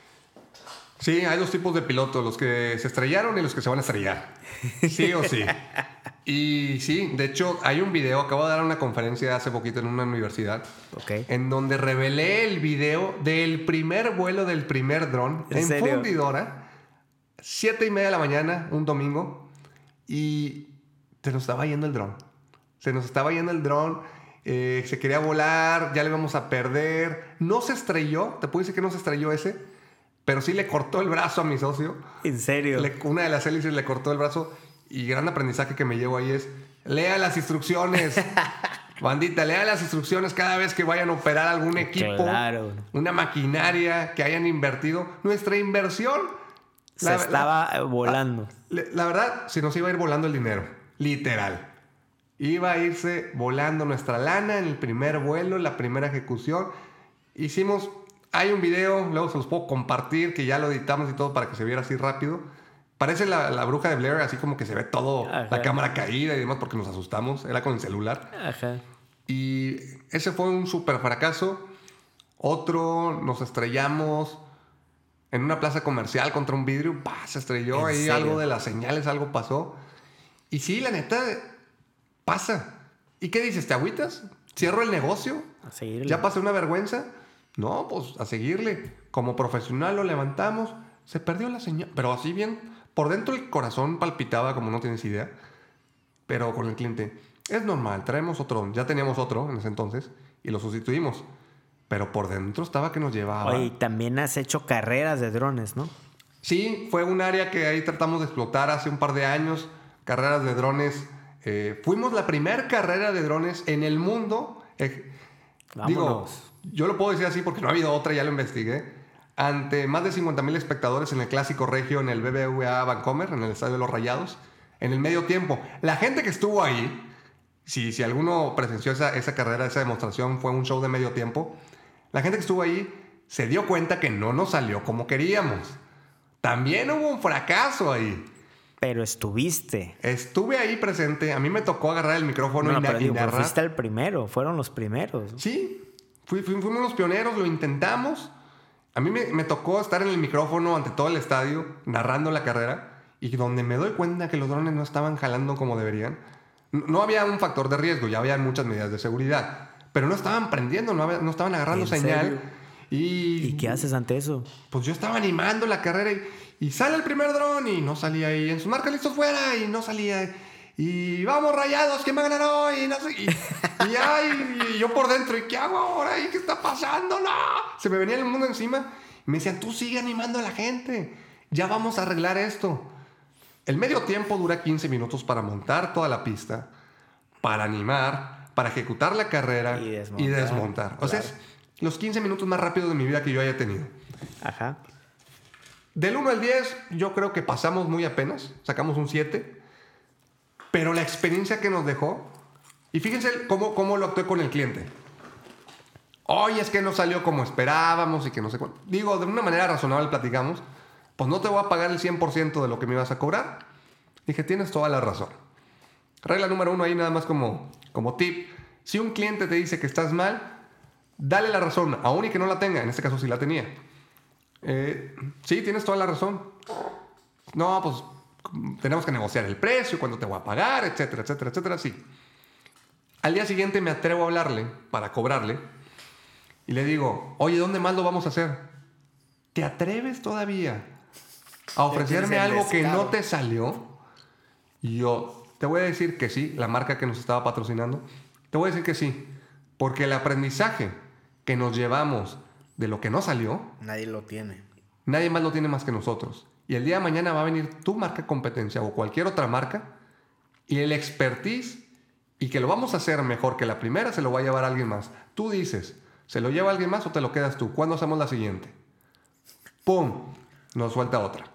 [SPEAKER 2] Sí, hay dos tipos de pilotos, los que se estrellaron y los que se van a estrellar. Sí o sí. Y sí, de hecho, hay un video, acabo de dar una conferencia hace poquito en una universidad,
[SPEAKER 1] Ok.
[SPEAKER 2] en donde revelé el video del primer vuelo del primer dron
[SPEAKER 1] ¿En
[SPEAKER 2] en
[SPEAKER 1] serio?
[SPEAKER 2] Fundidora, siete y media de la mañana, un domingo, y se nos estaba yendo el dron. Se nos estaba yendo el dron, eh, se quería volar, ya le íbamos a perder. No se estrelló, te puedo decir que no se estrelló ese, pero sí le cortó el brazo a mi socio.
[SPEAKER 1] ¿En serio?
[SPEAKER 2] Le- una de las hélices le cortó el brazo. Y gran aprendizaje que me llevo ahí es: lea las instrucciones. Bandita, lea las instrucciones cada vez que vayan a operar algún equipo,
[SPEAKER 1] Claro.
[SPEAKER 2] una maquinaria que hayan invertido. Nuestra inversión
[SPEAKER 1] Se
[SPEAKER 2] la-
[SPEAKER 1] estaba
[SPEAKER 2] la-
[SPEAKER 1] volando.
[SPEAKER 2] La, la verdad, se nos iba a ir volando el dinero. Literal. Iba a irse volando nuestra lana en el primer vuelo, la primera ejecución. Hicimos... Hay un video, luego se los puedo compartir, que ya lo editamos y todo para que se viera así rápido. Parece la, la bruja de Blair, así como que se ve todo,
[SPEAKER 1] Ajá.
[SPEAKER 2] la cámara caída y demás, porque nos asustamos. Era con el celular.
[SPEAKER 1] Ajá.
[SPEAKER 2] Y ese fue un súper fracaso. Otro, nos estrellamos en una plaza comercial contra un vidrio. ¡Pah! Se estrelló
[SPEAKER 1] ¿En
[SPEAKER 2] ahí,
[SPEAKER 1] serio?
[SPEAKER 2] algo de las señales, algo pasó. Y sí, la neta, pasa. ¿Y qué dices? ¿Te agüitas? ¿Cierro el negocio?
[SPEAKER 1] A seguirle.
[SPEAKER 2] ¿Ya pasé una vergüenza? No, pues a seguirle. Como profesional lo levantamos. Se perdió la señal. Pero así bien, por dentro el corazón palpitaba como no tienes idea. Pero con el cliente, es normal, traemos otro. Ya teníamos otro en ese entonces y lo sustituimos. Pero por dentro estaba que nos llevaba.
[SPEAKER 1] Oye, y también has hecho carreras de drones, ¿no?
[SPEAKER 2] Sí, fue un área que ahí tratamos de explotar hace un par de años. Carreras de drones. Eh, fuimos la primera carrera de drones en el mundo. Eh, digo,
[SPEAKER 1] Vámonos.
[SPEAKER 2] yo lo puedo decir así porque no ha habido otra, ya lo investigué. Ante más de cincuenta mil espectadores en el Clásico Regio, en el B B V A Vancomer, en el Estadio de los Rayados, en el medio tiempo. La gente que estuvo ahí, si, si alguno presenció esa, esa carrera, esa demostración, fue un show de medio tiempo. La gente que estuvo ahí se dio cuenta que no nos salió como queríamos. También hubo un fracaso ahí.
[SPEAKER 1] Pero estuviste.
[SPEAKER 2] Estuve ahí presente. A mí me tocó agarrar el micrófono
[SPEAKER 1] No,
[SPEAKER 2] y,
[SPEAKER 1] pero
[SPEAKER 2] na- y
[SPEAKER 1] digo, pero
[SPEAKER 2] narrar.
[SPEAKER 1] fuiste el primero. Fueron los primeros.
[SPEAKER 2] Sí, fui- fui- fuimos los pioneros, lo intentamos. A mí me, me tocó estar en el micrófono ante todo el estadio, narrando la carrera, y donde me doy cuenta que los drones no estaban jalando como deberían. No, no había un factor de riesgo, ya había muchas medidas de seguridad, pero no estaban prendiendo, no, había- no estaban agarrando
[SPEAKER 1] ¿En
[SPEAKER 2] señal.
[SPEAKER 1] serio?
[SPEAKER 2] Y,
[SPEAKER 1] ¿Y qué haces ante eso?
[SPEAKER 2] Pues yo estaba animando la carrera y, y sale el primer dron y no salía ahí. En su marca listos fuera y no salía. Y vamos Rayados, ¿quién va a ganar hoy? Y, no sé, y, y, ya, y- y yo por dentro, ¿y qué hago ahora? ¿Y qué está pasando? ¡No! Se me venía el mundo encima. Y me decían, tú sigue animando a la gente. ya vamos a arreglar esto. El medio tiempo dura quince minutos para montar toda la pista, para animar, para ejecutar la carrera
[SPEAKER 1] Y
[SPEAKER 2] y
[SPEAKER 1] desmontar,
[SPEAKER 2] desmontar. O sea,
[SPEAKER 1] claro.
[SPEAKER 2] es los quince minutos más rápidos de mi vida que yo haya tenido.
[SPEAKER 1] Ajá.
[SPEAKER 2] Del uno al diez, yo creo que pasamos muy apenas, sacamos un siete, pero la experiencia que nos dejó, y fíjense cómo, cómo lo actué con el cliente. Oye, es que no salió como esperábamos y que no sé cuánto. Digo, de una manera razonable platicamos, pues no te voy a pagar el cien por ciento de lo que me ibas a cobrar. Dije, tienes toda la razón. Regla número uno ahí nada más como, como tip. Si un cliente te dice que estás mal, dale la razón, aún y que no la tenga. En este caso sí la tenía. Eh, sí, tienes toda la razón. No, pues tenemos que negociar el precio, cuándo te voy a pagar, etcétera, etcétera, etcétera. Sí. Al día siguiente me atrevo a hablarle para cobrarle y le digo, oye, ¿dónde más lo vamos a hacer? ¿Te atreves todavía a ofrecerme algo que no te salió? Y yo te voy a decir que sí, la marca que nos estaba patrocinando, te voy a decir que sí, porque el aprendizaje que nos llevamos de lo que no salió,
[SPEAKER 1] Nadie lo tiene.
[SPEAKER 2] nadie más lo tiene más que nosotros. Y el día de mañana va a venir tu marca competencia o cualquier otra marca y el expertise y que lo vamos a hacer mejor que la primera se lo va a llevar a alguien más. Tú dices, ¿se lo lleva alguien más o te lo quedas tú? ¿Cuándo hacemos la siguiente? ¡Pum! Nos suelta otra.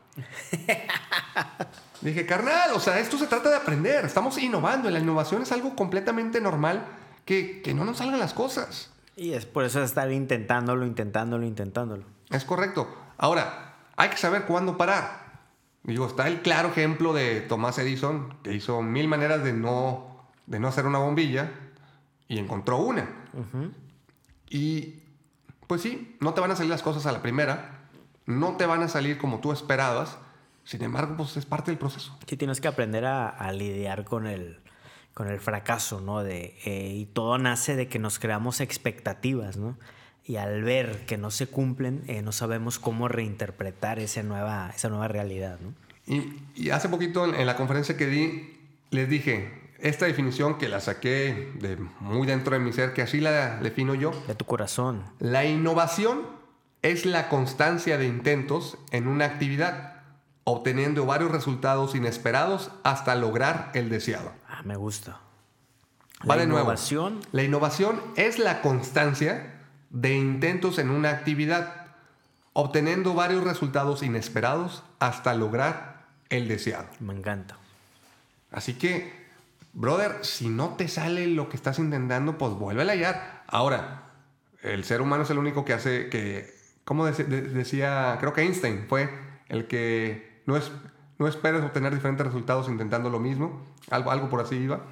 [SPEAKER 2] Dije, carnal, o sea, esto se trata de aprender. Estamos innovando. Y la innovación es algo completamente normal que, que no nos salgan las cosas.
[SPEAKER 1] Y es por eso estar intentándolo, intentándolo, intentándolo.
[SPEAKER 2] Es correcto. Ahora, hay que saber cuándo parar. Digo, está el claro ejemplo de Thomas Edison, que hizo mil maneras de no, de no hacer una bombilla y encontró una.
[SPEAKER 1] Uh-huh.
[SPEAKER 2] Y pues sí, no te van a salir las cosas a la primera, no te van a salir como tú esperabas, sin embargo, pues es parte del proceso.
[SPEAKER 1] Sí, tienes que aprender a, a lidiar con el, con el fracaso, ¿no? De, eh, y todo nace de que nos creamos expectativas, ¿no? Y al ver que no se cumplen, eh, no sabemos cómo reinterpretar esa nueva, esa nueva realidad, ¿no?
[SPEAKER 2] Y, y hace poquito en, en la conferencia que di, les dije, esta definición que la saqué de muy dentro de mi ser, que así la defino yo.
[SPEAKER 1] De tu corazón.
[SPEAKER 2] La innovación es la constancia de intentos en una actividad, obteniendo varios resultados inesperados hasta lograr el deseado.
[SPEAKER 1] Ah, me gusta.
[SPEAKER 2] Va
[SPEAKER 1] La
[SPEAKER 2] de nuevo.
[SPEAKER 1] innovación.
[SPEAKER 2] La innovación es la constancia de intentos en una actividad, obteniendo varios resultados inesperados hasta lograr el deseado.
[SPEAKER 1] Me encanta.
[SPEAKER 2] Así que, brother, si no te sale lo que estás intentando, pues vuelve a hallar. Ahora, el ser humano es el único que hace que, ¿cómo de- de- decía? Creo que Einstein fue el que no, es, no esperes obtener diferentes resultados intentando lo mismo. Algo, algo por así iba.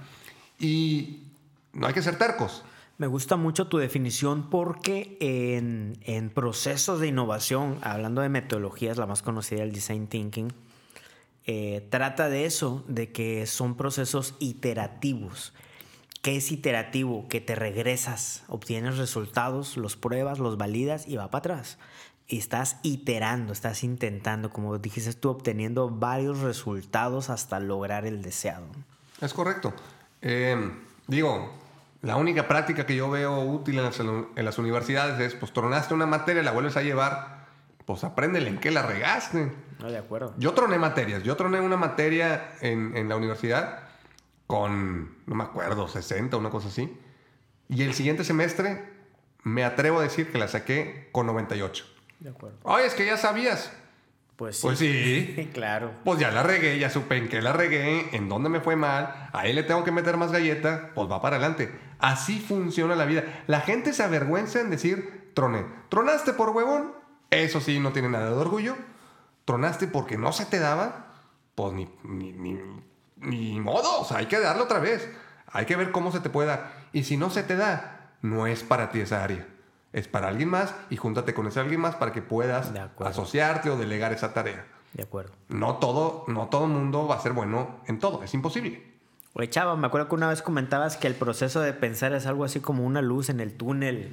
[SPEAKER 2] Y no hay que ser tercos.
[SPEAKER 1] Me gusta mucho tu definición porque en, en procesos de innovación, hablando de metodologías, la más conocida, el Design Thinking, eh, trata de eso, de que son procesos iterativos. ¿Qué es iterativo? Que te regresas, obtienes resultados, los pruebas, los validas y va para atrás. Y estás iterando, estás intentando, como dijiste tú, obteniendo varios resultados hasta lograr el deseado.
[SPEAKER 2] Es correcto. Eh, digo, la única práctica que yo veo útil en las, en las universidades es, pues tronaste una materia, la vuelves a llevar, pues apréndele en qué la regaste.
[SPEAKER 1] No, de acuerdo.
[SPEAKER 2] Yo troné materias. Yo troné una materia en, en la universidad con, no me acuerdo, sesenta, una cosa así. Y el siguiente semestre me atrevo a decir que la saqué con noventa y ocho.
[SPEAKER 1] De acuerdo.
[SPEAKER 2] Oye, es que ya sabías.
[SPEAKER 1] Pues sí.
[SPEAKER 2] Pues sí.
[SPEAKER 1] Claro.
[SPEAKER 2] Pues ya la regué, ya supe en qué la regué, en dónde me fue mal, ahí le tengo que meter más galleta, pues va para adelante. Así funciona la vida. La gente se avergüenza en decir, troné. ¿Tronaste por huevón? Eso sí, no tiene nada de orgullo. ¿Tronaste porque no se te daba? Pues ni, ni, ni, ni modo, o sea, hay que darle otra vez. Hay que ver cómo se te puede dar. Y si no se te da, no es para ti esa área. Es para alguien más y júntate con ese alguien más para que puedas asociarte o delegar esa tarea.
[SPEAKER 1] De acuerdo.
[SPEAKER 2] No todo, no todo mundo va a ser bueno en todo, es imposible.
[SPEAKER 1] Oye, Chava, me acuerdo que una vez comentabas que el proceso de pensar es algo así como una luz en el túnel.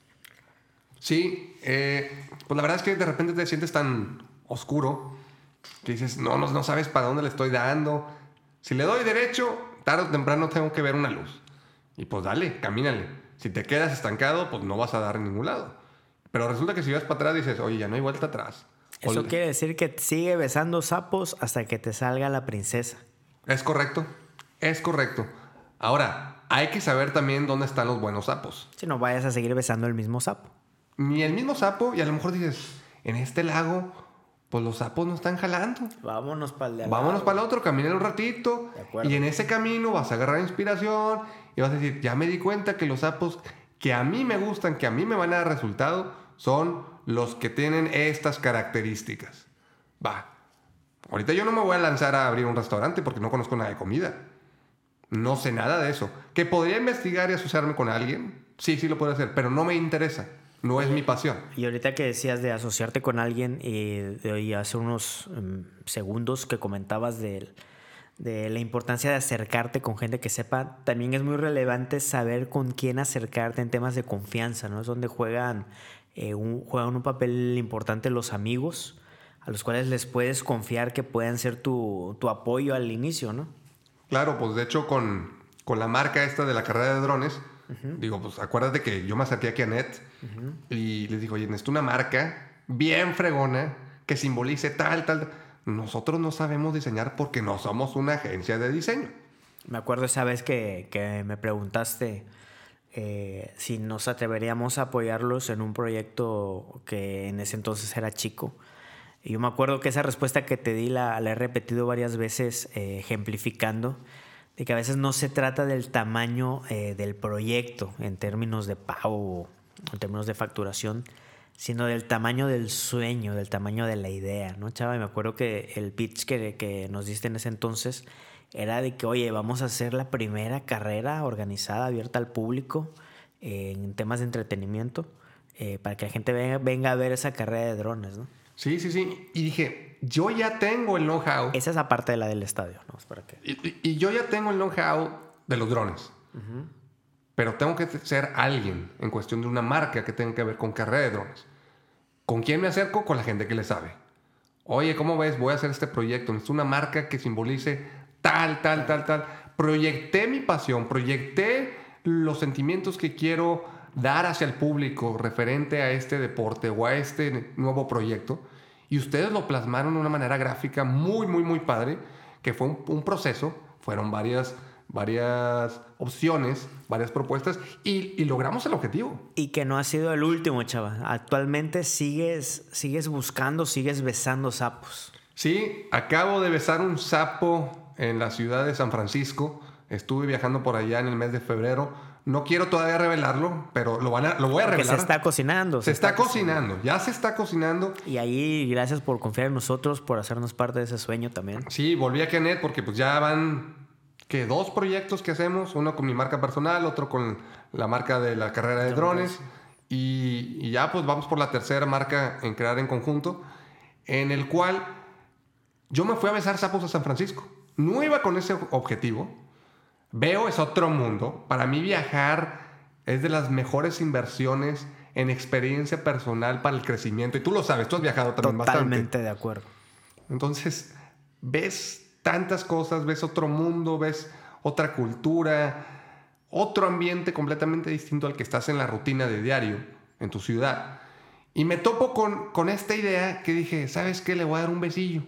[SPEAKER 2] Sí, eh, pues la verdad es que de repente te sientes tan oscuro que dices, no, no, no sabes para dónde le estoy dando. Si le doy derecho, tarde o temprano tengo que ver una luz. Y pues dale, camínale. Si te quedas estancado, pues no vas a dar en ningún lado. Pero resulta que si vas para atrás dices, oye, ya no hay vuelta atrás.
[SPEAKER 1] Eso quiere decir que sigue besando sapos hasta que te salga la princesa.
[SPEAKER 2] Es correcto, es correcto. Ahora, hay que saber también dónde están los buenos sapos.
[SPEAKER 1] Si no vayas a seguir besando el mismo sapo.
[SPEAKER 2] Ni el mismo sapo, y a lo mejor dices, en este lago, pues los sapos no están jalando.
[SPEAKER 1] Vámonos para el de al
[SPEAKER 2] Vámonos
[SPEAKER 1] lado.
[SPEAKER 2] para el otro, camina un ratito.
[SPEAKER 1] De acuerdo.
[SPEAKER 2] Y en ese camino vas a agarrar inspiración y vas a decir, ya me di cuenta que los sapos que a mí me gustan, que a mí me van a dar resultado, son los que tienen estas características. Va. Ahorita yo no me voy a lanzar a abrir un restaurante porque no conozco nada de comida. No sé nada de eso. ¿Que podría investigar y asociarme con alguien? Sí, sí lo puedo hacer, pero no me interesa. No es mi pasión.
[SPEAKER 1] Y ahorita que decías de asociarte con alguien y, de, y hace unos um, segundos que comentabas de, de la importancia de acercarte con gente que sepa, también es muy relevante saber con quién acercarte en temas de confianza, ¿no? Es donde juegan, eh, un, juegan un papel importante los amigos, a los cuales les puedes confiar que puedan ser tu, tu apoyo al inicio, ¿no?
[SPEAKER 2] Claro, pues de hecho con, con la marca esta de la carrera de drones, uh-huh. digo, pues acuérdate que yo me acerqué aquí a Net uh-huh. y les digo, oye, necesito una marca bien fregona que simbolice tal, tal. Nosotros no sabemos diseñar porque no somos una agencia de diseño.
[SPEAKER 1] Me acuerdo esa vez que, que me preguntaste eh, si nos atreveríamos a apoyarlos en un proyecto que en ese entonces era chico. Y yo me acuerdo que esa respuesta que te di la, la he repetido varias veces eh, ejemplificando de que a veces no se trata del tamaño eh, del proyecto en términos de pago, en términos de facturación, sino del tamaño del sueño, del tamaño de la idea, ¿no, chava? Y me acuerdo que el pitch que, que nos diste en ese entonces era de que, oye, vamos a hacer la primera carrera organizada, abierta al público eh, en temas de entretenimiento eh, para que la gente venga, venga a ver esa carrera de drones, ¿no?
[SPEAKER 2] Sí, sí, sí. Y dije, yo ya tengo el know-how.
[SPEAKER 1] Esa es la parte de la del estadio, ¿no? ¿Para qué?
[SPEAKER 2] Y, y, y yo ya tengo el know-how de los drones. Uh-huh. Pero tengo que ser alguien en cuestión de una marca que tenga que ver con carrera de drones. ¿Con quién me acerco? Con la gente que le sabe. Oye, ¿cómo ves? Voy a hacer este proyecto. Necesito una marca que simbolice tal, tal, tal, tal. Proyecté mi pasión, proyecté los sentimientos que quiero dar hacia el público referente a este deporte o a este nuevo proyecto. Y ustedes lo plasmaron de una manera gráfica muy, muy, muy padre, que fue un, un proceso. Fueron varias, varias opciones, varias propuestas y, y logramos el objetivo.
[SPEAKER 1] Y que no ha sido el último, chava. Actualmente sigues, sigues buscando, sigues besando sapos.
[SPEAKER 2] Sí, acabo de besar un sapo en la ciudad de San Francisco. Estuve viajando por allá en el mes de febrero. No quiero todavía revelarlo, pero lo, van a, lo voy a
[SPEAKER 1] Porque
[SPEAKER 2] revelar.
[SPEAKER 1] se está cocinando.
[SPEAKER 2] Se, se está, está cocinando. cocinando, ya se está cocinando.
[SPEAKER 1] Y ahí, gracias por confiar en nosotros, por hacernos parte de ese sueño también.
[SPEAKER 2] Sí, volví a Kenneth porque pues ya van que dos proyectos que hacemos. Uno con mi marca personal, otro con la marca de la carrera de drones. Y, y ya pues vamos por la tercera marca en crear en conjunto, en el cual yo me fui a besar sapos a San Francisco. No iba con ese objetivo. Veo es otro mundo. Para mí viajar es de las mejores inversiones en experiencia personal para el crecimiento. Y tú lo sabes, tú has viajado también
[SPEAKER 1] Totalmente
[SPEAKER 2] bastante.
[SPEAKER 1] Totalmente de acuerdo.
[SPEAKER 2] Entonces, ves tantas cosas, ves otro mundo, ves otra cultura, otro ambiente completamente distinto al que estás en la rutina de diario en tu ciudad. Y me topo con, con esta idea que dije, ¿sabes qué? Le voy a dar un besillo.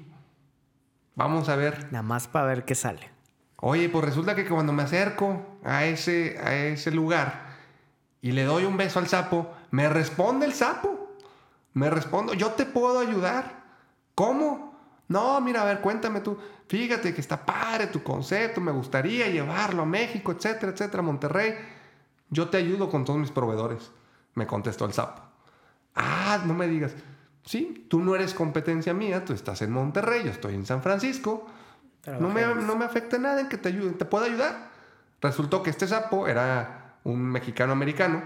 [SPEAKER 2] Vamos a ver.
[SPEAKER 1] Nada más para ver qué sale.
[SPEAKER 2] Oye, pues resulta que cuando me acerco a ese, a ese lugar y le doy un beso al sapo, me responde el sapo. Me respondo, yo te puedo ayudar. ¿Cómo? No, mira, a ver, cuéntame tú. Fíjate que está padre tu concepto, me gustaría llevarlo a México, etcétera, etcétera, Monterrey. Yo te ayudo con todos mis proveedores. Me contestó el sapo. Ah, no me digas. Sí, tú no eres competencia mía, tú estás en Monterrey, yo estoy en San Francisco. No me, no me afecta nada en que te ayude, te puedo ayudar. Resultó que este sapo era un mexicano-americano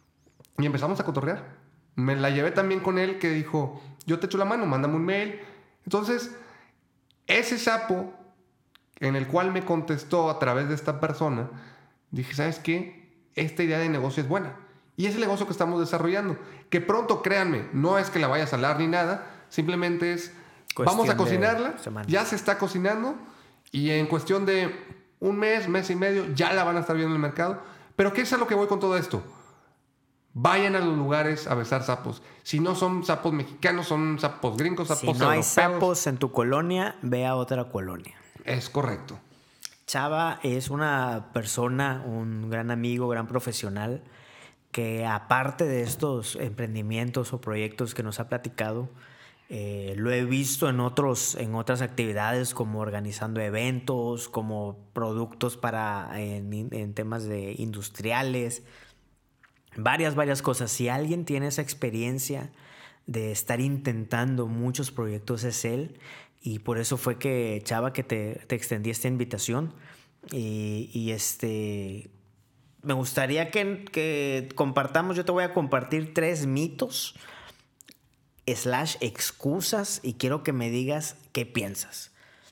[SPEAKER 2] y empezamos a cotorrear. Me la llevé también con él que dijo, yo te echo la mano, mándame un mail. Entonces, ese sapo en el cual me contestó a través de esta persona, dije, ¿sabes qué? Esta idea de negocio es buena. Y es el negocio que estamos desarrollando. Que pronto, créanme, no es que la vaya a salar ni nada, simplemente es... Vamos a cocinarla, ya se está cocinando y en cuestión de un mes, mes y medio, ya la van a estar viendo en el mercado. Pero ¿qué es a lo que voy con todo esto? Vayan a los lugares a besar sapos. Si no son sapos mexicanos, son sapos gringos, sapos
[SPEAKER 1] europeos. Si no hay
[SPEAKER 2] europeos.
[SPEAKER 1] sapos en tu colonia, ve a otra colonia.
[SPEAKER 2] Es correcto.
[SPEAKER 1] Chava es una persona, un gran amigo, gran profesional, que aparte de estos emprendimientos o proyectos que nos ha platicado, eh, lo he visto en, otros, en otras actividades, como organizando eventos, como productos para, en, en temas de industriales, varias, varias cosas. Si alguien tiene esa experiencia de estar intentando muchos proyectos, es él. Y por eso fue que, Chava, que te, te extendí esta invitación. Y, y este... Me gustaría que, que compartamos, yo te voy a compartir tres mitos slash excusas y quiero que me digas qué piensas.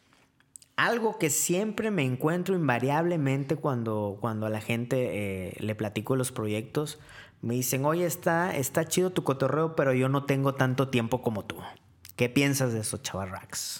[SPEAKER 1] Algo que siempre me encuentro invariablemente cuando, cuando a la gente eh, le platico de los proyectos, me dicen, oye, está, está chido tu cotorreo, pero yo no tengo tanto tiempo como tú. ¿Qué piensas de eso, Chavarrax?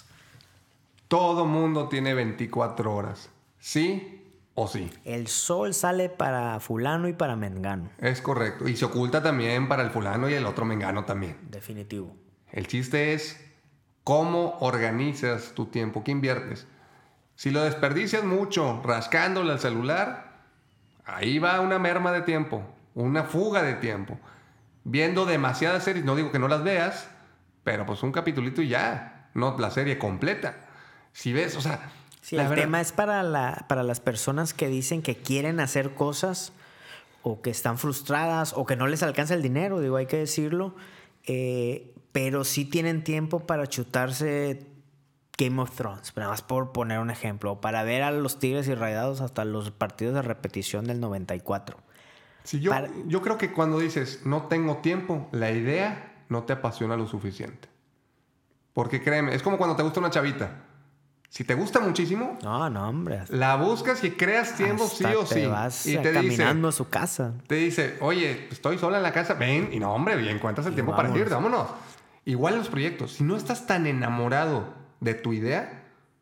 [SPEAKER 2] Todo mundo tiene veinticuatro horas. ¿Sí o sí?
[SPEAKER 1] El sol sale para fulano y para mengano.
[SPEAKER 2] Es correcto. Y se oculta también para el fulano y el otro mengano también.
[SPEAKER 1] Definitivo.
[SPEAKER 2] El chiste es cómo organizas tu tiempo, qué inviertes. Si lo desperdicias mucho rascándole al celular, ahí va una merma de tiempo, una fuga de tiempo. Viendo demasiadas series, no digo que no las veas, pero pues un capitulito y ya, no la serie completa. Si ves, o sea...
[SPEAKER 1] Sí, el
[SPEAKER 2] verdad,
[SPEAKER 1] tema es para, la, para las personas que dicen que quieren hacer cosas o que están frustradas o que no les alcanza el dinero, digo, hay que decirlo, eh, pero sí tienen tiempo para chutarse Game of Thrones, nada más por poner un ejemplo, o para ver a los Tigres y Rayados hasta los partidos de repetición del noventa y cuatro.
[SPEAKER 2] Si yo,
[SPEAKER 1] para...
[SPEAKER 2] yo creo que cuando dices no tengo tiempo, la idea no te apasiona lo suficiente. Porque créeme, es como cuando te gusta una chavita. Si te gusta muchísimo,
[SPEAKER 1] no, no, hombre.
[SPEAKER 2] La buscas y creas tiempo sí o
[SPEAKER 1] te
[SPEAKER 2] sí.
[SPEAKER 1] Vas
[SPEAKER 2] y te
[SPEAKER 1] caminando
[SPEAKER 2] dice,
[SPEAKER 1] a su casa.
[SPEAKER 2] Te dice, oye, estoy sola en la casa, ven, y no, hombre, y encuentras el
[SPEAKER 1] y
[SPEAKER 2] tiempo
[SPEAKER 1] vámonos.
[SPEAKER 2] para ir, vámonos. Igual en los proyectos, si no estás tan enamorado de tu idea,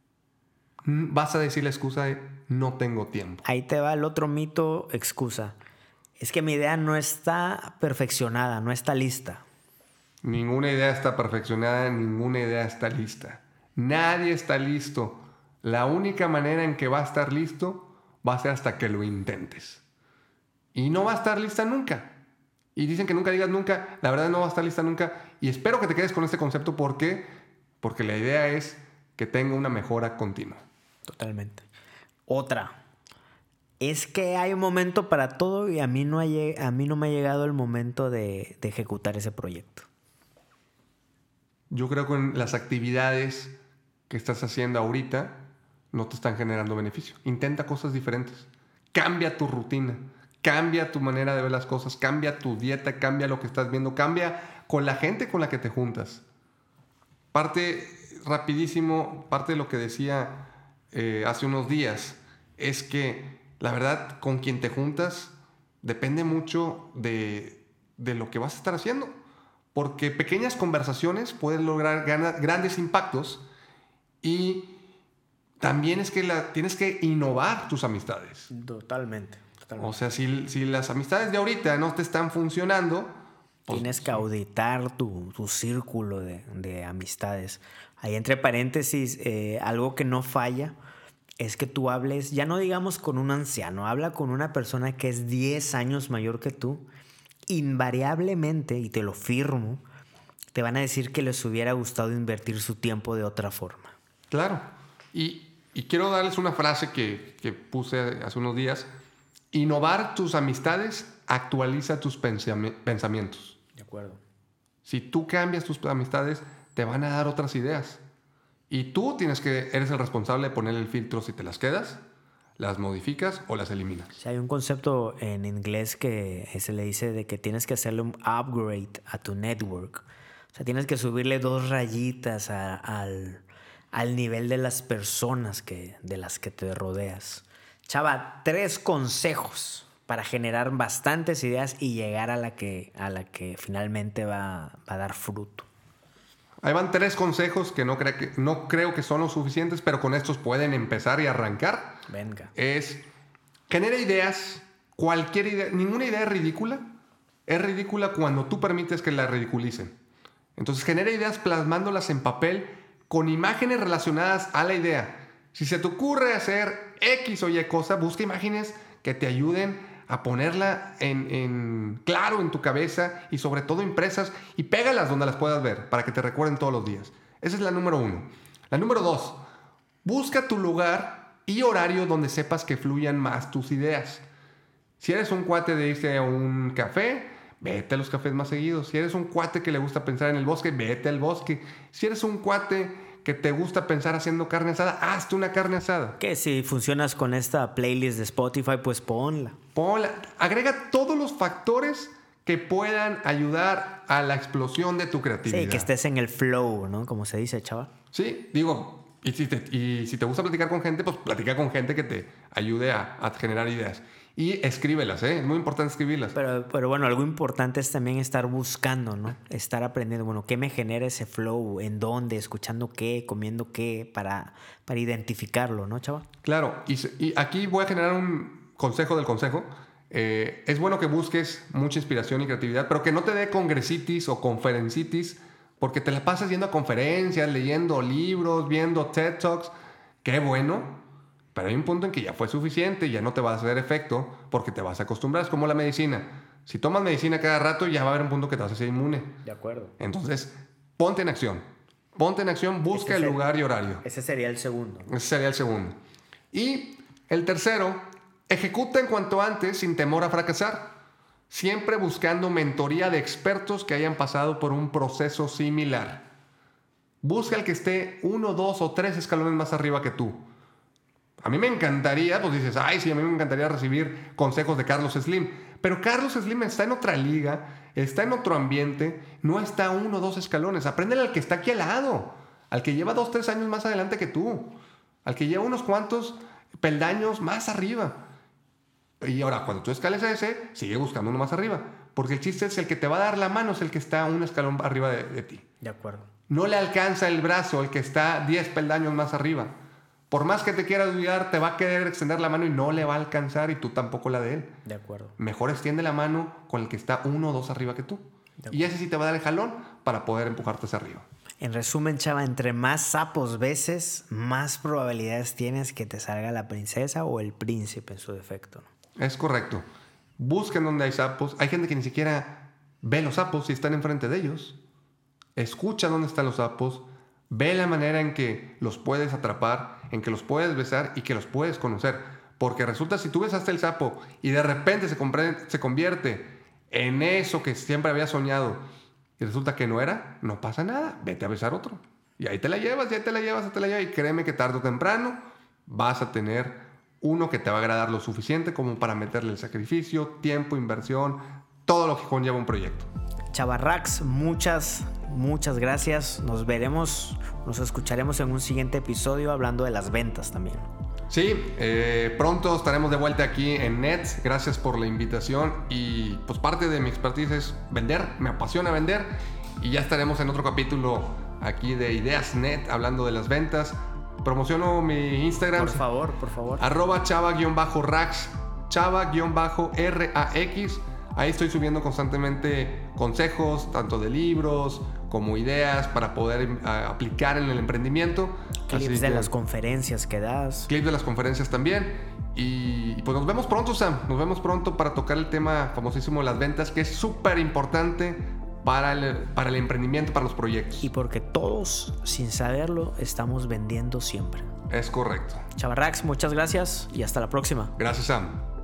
[SPEAKER 2] vas a decir la excusa de no tengo tiempo.
[SPEAKER 1] Ahí te va el otro mito, excusa. Es que mi idea no está perfeccionada, no está lista.
[SPEAKER 2] Ninguna idea está perfeccionada, ninguna idea está lista. Nadie está listo. La única manera en que va a estar listo va a ser hasta que lo intentes. Y no va a estar lista nunca. Y dicen que nunca digas nunca. La verdad no va a estar lista nunca. Y espero que te quedes con este concepto. ¿Por qué? Porque la idea es que tenga una mejora continua.
[SPEAKER 1] Totalmente. Otra. Es que hay un momento para todo y a mí no, ha, a mí no me ha llegado el momento de, de ejecutar ese proyecto.
[SPEAKER 2] Yo creo que en las actividades que estás haciendo ahorita no te están generando beneficio. Intenta cosas diferentes. Cambia tu rutina. Cambia tu manera de ver las cosas. Cambia tu dieta. Cambia lo que estás viendo. Cambia con la gente con la que te juntas. Parte, rapidísimo, parte de lo que decía eh, hace unos días es que la verdad con quien te juntas depende mucho de, de lo que vas a estar haciendo. Porque pequeñas conversaciones pueden lograr ganar, grandes impactos. Y también es que la, tienes que innovar tus amistades.
[SPEAKER 1] Totalmente. totalmente.
[SPEAKER 2] O sea, si, si las amistades de ahorita no te están funcionando...
[SPEAKER 1] Pues, tienes que auditar tu, tu círculo de, de amistades. Ahí entre paréntesis, eh, algo que no falla es que tú hables, ya no digamos con un anciano, habla con una persona que es diez años mayor que tú. Invariablemente, y te lo firmo, te van a decir que les hubiera gustado invertir su tiempo de otra forma.
[SPEAKER 2] Claro. Y, y quiero darles una frase que, que puse hace unos días. Innovar tus amistades actualiza tus pensami- pensamientos.
[SPEAKER 1] De acuerdo.
[SPEAKER 2] Si tú cambias tus amistades, te van a dar otras ideas. Y tú tienes que, eres el responsable de poner el filtro si te las quedas, las modificas o las eliminas.
[SPEAKER 1] Sí, hay un concepto en inglés que se le dice de que tienes que hacerle un upgrade a tu network. O sea, tienes que subirle dos rayitas a, al, al nivel de las personas que, de las que te rodeas. Chava, tres consejos para generar bastantes ideas y llegar a la que, a la que finalmente va, va a dar fruto.
[SPEAKER 2] Ahí van tres consejos que no, cre- que no creo que son los suficientes, pero con estos pueden empezar y arrancar.
[SPEAKER 1] Venga.
[SPEAKER 2] Es, genera ideas, cualquier idea, ninguna idea es ridícula, es ridícula cuando tú permites que la ridiculicen. Entonces genera ideas plasmándolas en papel con imágenes relacionadas a la idea. Si se te ocurre hacer X o Y cosa, busca imágenes que te ayuden a ponerla en, en claro en tu cabeza y sobre todo impresas y pégalas donde las puedas ver para que te recuerden todos los días. Esa es la número uno. La número dos, busca tu lugar y horario donde sepas que fluyan más tus ideas. Si eres un cuate de irse a un café, vete a los cafés más seguidos. Si eres un cuate que le gusta pensar en el bosque, vete al bosque. Si eres un cuate que te gusta pensar haciendo carne asada, hazte una carne asada.
[SPEAKER 1] Que si funcionas con esta playlist de Spotify, pues ponla.
[SPEAKER 2] Ponla. Agrega todos los factores que puedan ayudar a la explosión de tu creatividad.
[SPEAKER 1] Sí, que estés en el flow, ¿no? Como se dice, chaval.
[SPEAKER 2] Sí, digo, y si te, y si te gusta platicar con gente, pues platica con gente que te ayude a, a generar ideas. Y escríbelas, ¿eh? Es muy importante escribirlas.
[SPEAKER 1] Pero, pero bueno, algo importante es también estar buscando, ¿no? Estar aprendiendo, bueno, ¿qué me genera ese flow? ¿En dónde? ¿Escuchando qué? ¿Comiendo qué? Para, para identificarlo, ¿no, chaval?
[SPEAKER 2] Claro, y, y aquí voy a generar un consejo del consejo. Eh, es bueno que busques mucha inspiración y creatividad, pero que no te dé congresitis o conferencitis, porque te la pasas yendo a conferencias, leyendo libros, viendo TED Talks. Qué bueno. Pero hay un punto en que ya fue suficiente y ya no te va a hacer efecto porque te vas a acostumbrar. Es como la medicina. Si tomas medicina cada rato, ya va a haber un punto que te vas a hacer inmune.
[SPEAKER 1] De acuerdo.
[SPEAKER 2] Entonces, ponte en acción. Ponte en acción, busca ese el lugar ser, y horario.
[SPEAKER 1] Ese sería el segundo, ¿no?
[SPEAKER 2] Ese sería el segundo. Y el tercero, ejecuta en cuanto antes sin temor a fracasar. Siempre buscando mentoría de expertos que hayan pasado por un proceso similar. Busca el que esté uno, dos o tres escalones más arriba que tú. A mí me encantaría, pues dices, ay, sí, a mí me encantaría recibir consejos de Carlos Slim. Pero Carlos Slim está en otra liga, está en otro ambiente, no está a uno o dos escalones. Apréndele al que está aquí al lado, al que lleva dos, tres años más adelante que tú, al que lleva unos cuantos peldaños más arriba. Y ahora, cuando tú escales a ese, sigue buscando uno más arriba. Porque el chiste es el que te va a dar la mano, es el que está un escalón arriba de, de ti.
[SPEAKER 1] De acuerdo.
[SPEAKER 2] No le alcanza el brazo el que está diez peldaños más arriba. Por más que te quiera ayudar, te va a querer extender la mano y no le va a alcanzar y tú tampoco la de él.
[SPEAKER 1] De acuerdo.
[SPEAKER 2] Mejor extiende la mano con el que está uno o dos arriba que tú. Y ese sí te va a dar el jalón para poder empujarte hacia arriba.
[SPEAKER 1] En resumen, chava, entre más sapos beses, más probabilidades tienes que te salga la princesa o el príncipe en su defecto, ¿no?
[SPEAKER 2] Es correcto. Busquen donde hay sapos. Hay gente que ni siquiera ve los sapos si están enfrente de ellos. Escucha dónde están los sapos. Ve la manera en que los puedes atrapar, en que los puedes besar y que los puedes conocer. Porque resulta, si tú besaste el sapo y de repente se, se convierte en eso que siempre había soñado y resulta que no era, no pasa nada. Vete a besar otro. Y ahí te la llevas, y ahí te la llevas, ahí te la llevas. Y créeme que tarde o temprano vas a tener uno que te va a agradar lo suficiente como para meterle el sacrificio, tiempo, inversión, todo lo que conlleva un proyecto.
[SPEAKER 1] Chavarrax, muchas, muchas gracias. Nos veremos, nos escucharemos en un siguiente episodio hablando de las ventas también.
[SPEAKER 2] Sí, eh, pronto estaremos de vuelta aquí en Nets. Gracias por la invitación y pues parte de mi expertise es vender, me apasiona vender y ya estaremos en otro capítulo aquí de Ideas Net hablando de las ventas. Promociono mi Instagram.
[SPEAKER 1] Por favor, por favor.
[SPEAKER 2] Arroba chava-rax, chava-R-A-X. Ahí estoy subiendo constantemente consejos, tanto de libros como ideas para poder uh, aplicar en el emprendimiento.
[SPEAKER 1] Clips
[SPEAKER 2] Así
[SPEAKER 1] de
[SPEAKER 2] que,
[SPEAKER 1] las conferencias que das.
[SPEAKER 2] Clips de las conferencias también. Y pues nos vemos pronto, Sam. Nos vemos pronto para tocar el tema famosísimo de las ventas, que es súper importante para el, para el emprendimiento, para los proyectos.
[SPEAKER 1] Y porque todos, sin saberlo, estamos vendiendo siempre.
[SPEAKER 2] Es correcto.
[SPEAKER 1] Chavarrax, muchas gracias y hasta la próxima.
[SPEAKER 2] Gracias, Sam.